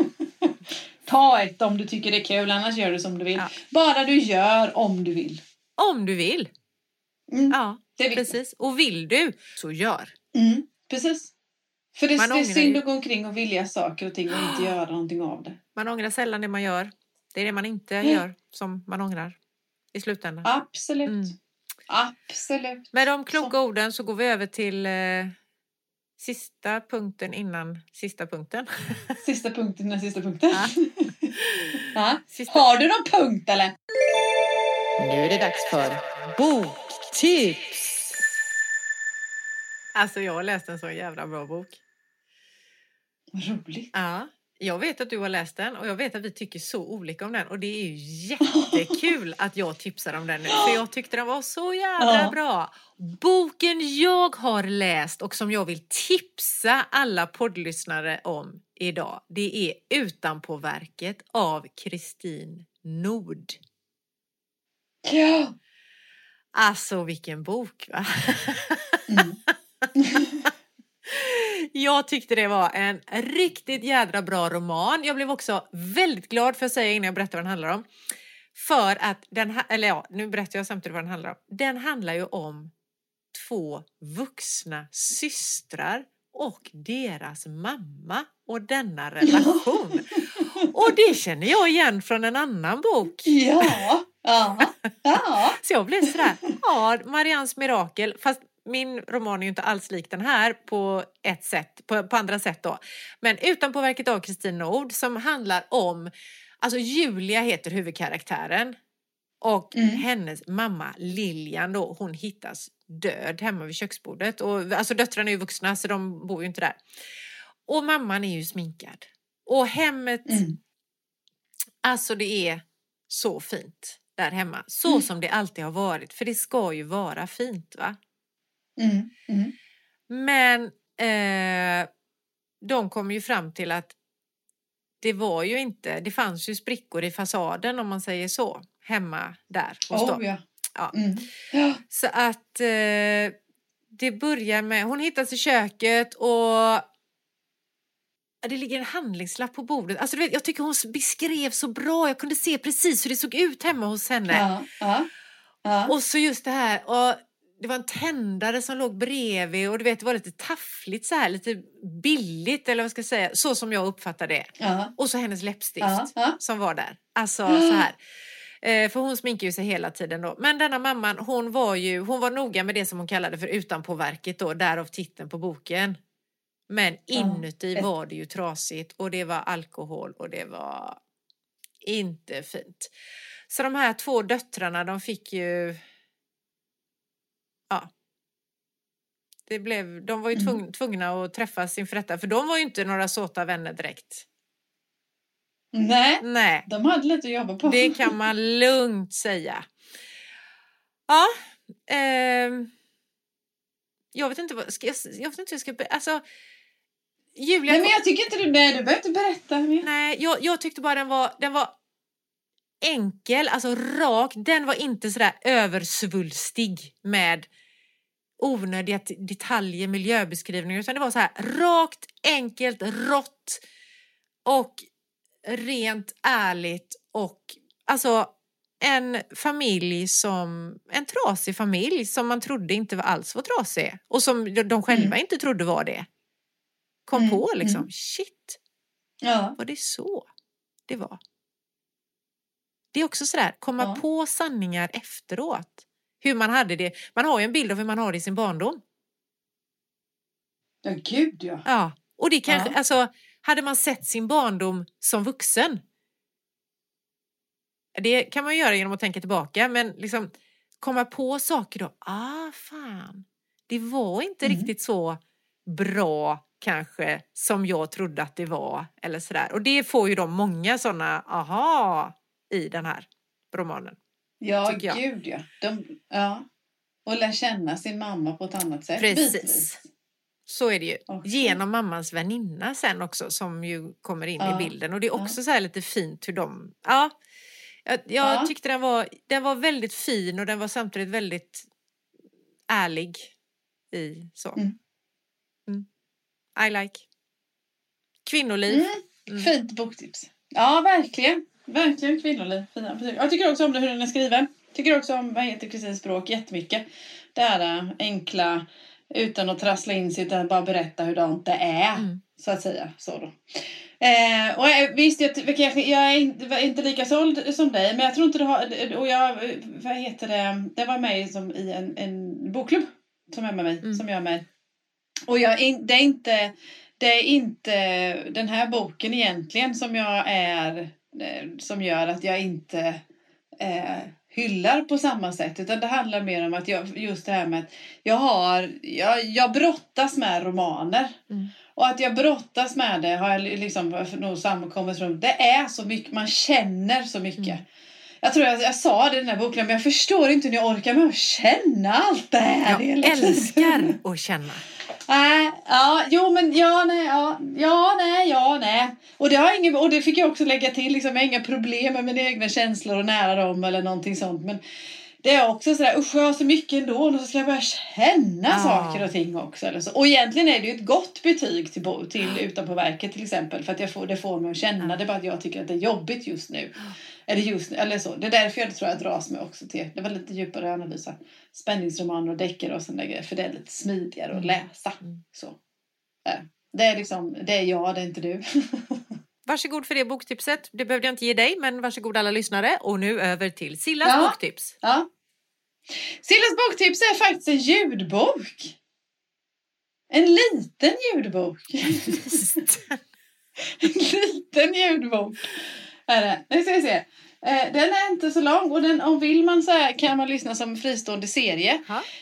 Ta ett om du tycker det är kul, annars gör du som du vill. Bara du gör om du vill. Om du vill. Ja, det precis. Och vill du, så gör. Precis. För det är synd att gå omkring och vilja saker och ting och inte göra någonting av det. Man ångrar sällan det man gör. Det är det man inte gör som man ångrar i slutändan. Absolut. Absolut. Med de kloka orden så går vi över till sista punkten innan sista punkten. Sista punkten innan sista punkten. Har du någon punkt eller? Nu är det dags för boktips. Alltså jag har läst en så jävla bra bok. Roligt. Ja. Jag vet att du har läst den och jag vet att vi tycker så olika om den. Och det är ju jättekul att jag tipsar om den nu. För jag tyckte den var så jävla bra. Boken jag har läst och som jag vill tipsa alla poddlyssnare om idag, det är Utanpåverket av Kristin Nord. Ja. Alltså vilken bok, va? Mm. Jag tyckte det var en riktigt jädra bra roman. Jag blev också väldigt glad, för att säga innan jag berättar vad den handlar om. För att nu berättar jag samtidigt vad den handlar om. Den handlar ju om 2 vuxna systrar och deras mamma och denna relation. Och det känner jag igen från en annan bok. Ja. Så jag blev sådär, Marians mirakel, fast min roman är ju inte alls lik den här på ett sätt, på andra sätt då. Men Utanpåverket av Kristin Nord, som handlar om, alltså Julia heter huvudkaraktären. Och hennes mamma Lilian då, hon hittas död hemma vid köksbordet. Och, alltså döttrarna är ju vuxna så de bor ju inte där. Och mamman är ju sminkad. Och hemmet, alltså det är så fint där hemma. Så som det alltid har varit. För det ska ju vara fint, va? Men de kom ju fram till att det var ju inte, det fanns ju sprickor i fasaden om man säger så. Hemma där hos dem. Ja. Ja. Ja. Så att det börjar med, hon hittas i köket och det ligger en handlingslapp på bordet. Alltså du vet, jag tycker hon beskrev så bra. Jag kunde se precis hur det såg ut hemma hos henne. Ja. Och så just det här, och det var en tändare som låg bredvid och du vet, det var lite taffligt så här, lite billigt eller vad ska jag säga, så som jag uppfattade det. Ja. Och så hennes läppstift som var där. Alltså så här. För hon sminkar ju sig hela tiden då. Men denna mamman, hon var noga med det som hon kallade för utanpåverket då, därav titeln på boken. Men inuti var det ju trasigt och det var alkohol och det var inte fint. Så de här 2 döttrarna, de fick ju, de var ju tvungna att träffas inför detta, för de var ju inte några såta vänner direkt. Nej, de hade lite att jobba på. Det kan man lugnt säga. Ja, jag vet inte vad jag ska alltså Julia. Nej, men jag tycker inte du behöver inte berätta mer. Nej, jag tyckte bara den var enkel, alltså rak. Den var inte sådär översvulstig med onödiga detaljer, miljöbeskrivningar, utan det var så här rakt, enkelt, rått och rent ärligt, och alltså en trasig familj som man trodde inte alls var trasig och som de själva inte trodde var det. Kom på liksom, shit. Ja. Var det så det var? Det är också sådär, komma på sanningar efteråt. Hur man hade det. Man har ju en bild av hur man har det i sin barndom. Ja, gud ja. Ja, och det kanske, alltså, hade man sett sin barndom som vuxen. Det kan man göra genom att tänka tillbaka, men liksom komma på saker då. Fan. Det var inte riktigt så bra kanske som jag trodde att det var, eller sådär. Och det får ju de många sådana i den här romanen. Ja, gud ja. Och lär känna sin mamma på ett annat sätt. Precis. Bitvis. Så är det ju. Också. Genom mammans väninna sen också, som ju kommer in i bilden. Och det är också så här lite fint hur de... Ja, jag tyckte den var väldigt fin och den var samtidigt väldigt ärlig i så. I like. Kvinnoliv. Fint boktips. Ja, verkligen. Verkligen kvinnoliv. Jag tycker också om hur den är skriven. Tycker också om Kristins språk jättemycket. Det här enkla, utan att trassla in sig, utan bara berätta hur det är. Så att säga. Så då. Och visst, jag är inte lika såld som dig, men jag tror inte det har, och jag, det var med som i en bokklubb som är med mig, som jag är med. Och det är inte den här boken egentligen som gör att jag inte hyllar på samma sätt, utan det handlar mer om att just det här med att jag brottas med romaner. Och att jag brottas med det har jag liksom nog sammankommit från. Det är så mycket, man känner så mycket. Jag tror jag sa det i den här boken, men jag förstår inte hur jag orkar med att känna allt det här. Jag älskar att känna. Nej, nej. Och det fick jag också lägga till, liksom, jag har inga problem med mina egna känslor och nära dem eller någonting sånt. Men det är också sådär, usch, jag har så mycket ändå, och så ska jag börja känna saker och ting också. Eller så. Och egentligen är det ju ett gott betyg till utanpå verket till exempel, för att det får mig att känna. Det är bara att jag tycker att det är jobbigt just nu. Eller så. Det är därför jag tror jag dras mig också till. Det var lite djupare analysa. Spänningsromaner och deckare och sådana grejer. För det är lite smidigare att läsa. Så. Det är liksom, det är jag, det är inte du. Varsågod för det boktipset. Det behövde jag inte ge dig, men varsågod alla lyssnare. Och nu över till Sillas boktips. Ja. Sillas boktips är faktiskt en ljudbok. En liten ljudbok. En liten ljudbok. Är det. Nu ska vi se. Den är inte så lång, och om vill man så här kan man lyssna som en fristående serie.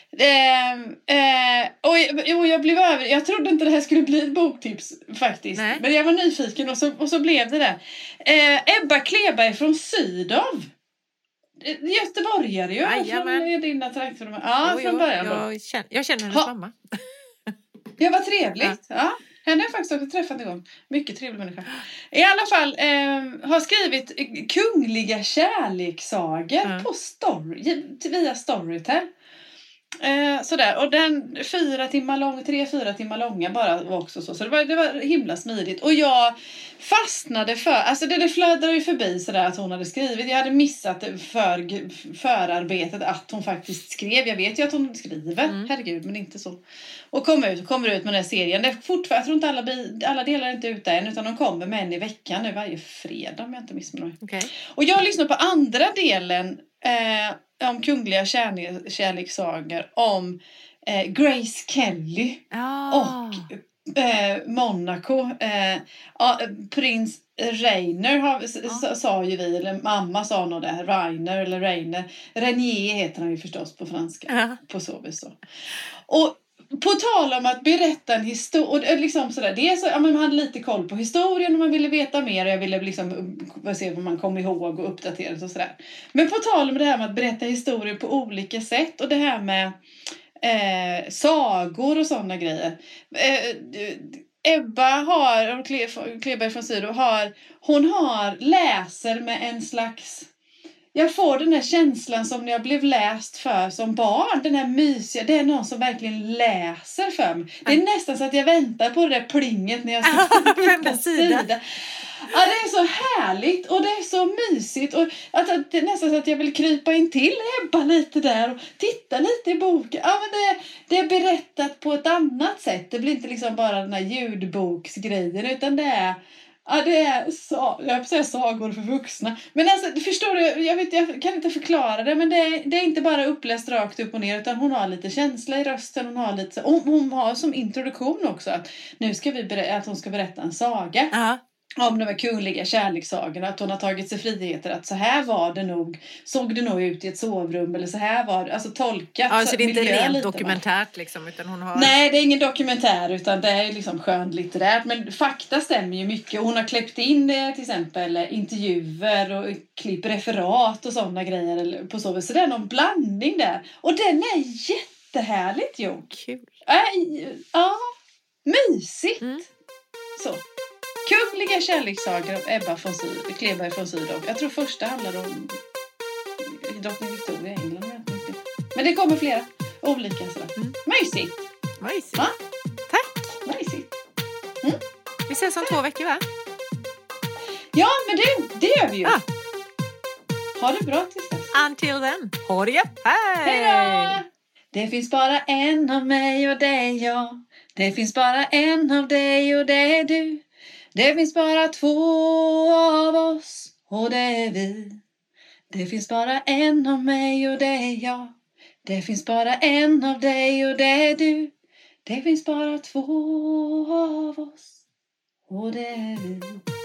Jag trodde inte det här skulle bli ett boktips faktiskt. Nej. Men jag var nyfiken och så blev det där. Ebba Kleberg från Sydow. Göteborgare ju. Från dina trakter. Ja, från början. Jag känner hennes mamma. Ja, vad trevligt. Ja. Henne har jag faktiskt också träffat en gång. Mycket trevlig människa. I alla fall har skrivit kungliga kärlekssagor på via Storytel. Sådär. Och den 3-4 timmar långa bara var också så. Så det var himla smidigt. Och jag fastnade för, alltså det flödade ju förbi sådär att hon hade skrivit. Jag hade missat förarbetet att hon faktiskt skrev. Jag vet ju att hon skriver, herregud, men inte så. Och kommer ut med den här serien. Det är fortfarande, jag tror inte alla delar är inte ute än, utan de kommer med en i veckan nu varje fredag om jag inte missminner mig. Okay. Och jag lyssnar på andra delen om kungliga kärlekssagor om Grace Kelly och Monaco. Prins Rainer sa ju vi, eller mamma sa nog det, Rainer. Renier heter han ju förstås på franska. På så vis så. Och på tal om att berätta en historia, liksom sådär, det är så, ja, men man hade lite koll på historien och man ville veta mer, och jag ville liksom se vad man kom ihåg och uppdaterat och sådär. Men på tal om det här med att berätta historier på olika sätt, och det här med sagor och sådana grejer. Ebba Kleberg från Sydow läser med en slags, jag får den här känslan som när jag blev läst för som barn. Den här mysiga, det är någon som verkligen läser för mig. Det är nästan så att jag väntar på det där plinget när jag ska vända sida. Ja, det är så härligt och det är så mysigt. Och att det är nästan så att jag vill krypa in till Ebba lite där och titta lite i boken. Ja, men det är berättat på ett annat sätt. Det blir inte liksom bara den här ljudboksgrejen, utan det är... Ja, det är jag säger sagor för vuxna. Men alltså, förstår du, jag kan inte förklara det, men det är inte bara uppläst rakt upp och ner, utan hon har lite känsla i rösten, hon har som introduktion också att nu ska att hon ska berätta en saga. Om de här kungliga kärlekssagorna, att hon har tagit sig friheter, att så här var det nog, såg det nog ut i ett sovrum, eller så här var det, alltså tolkat. Ja, så det är inte rent dokumentärt liksom, utan hon har... Nej, det är ingen dokumentär, utan det är liksom skönlitterärt, men fakta stämmer ju mycket. Hon har kläppt in till exempel intervjuer och referat och sådana grejer eller på så vis, så det är någon blandning där. Och den är jättehärligt gjord. Kul. Ja, mysigt. Så. Kungliga kärlekssagor av Ebba Kleberg från Sydow. Jag tror första handlar om drottning Victoria i England. Men det kommer flera olika sådär. Mysigt. Va? Tack. Mysigt. Vi ses om 2 veckor, va? Ja, men det gör vi ju. Ha det bra tills dess. Until then. Ha det. Hej då. Det finns bara en av mig och det är jag. Det finns bara en av dig och det är du. Det finns bara 2 av oss och det är vi. Det finns bara en av mig och det är jag. Det finns bara en av dig och det är du. Det finns bara 2 av oss och det är vi.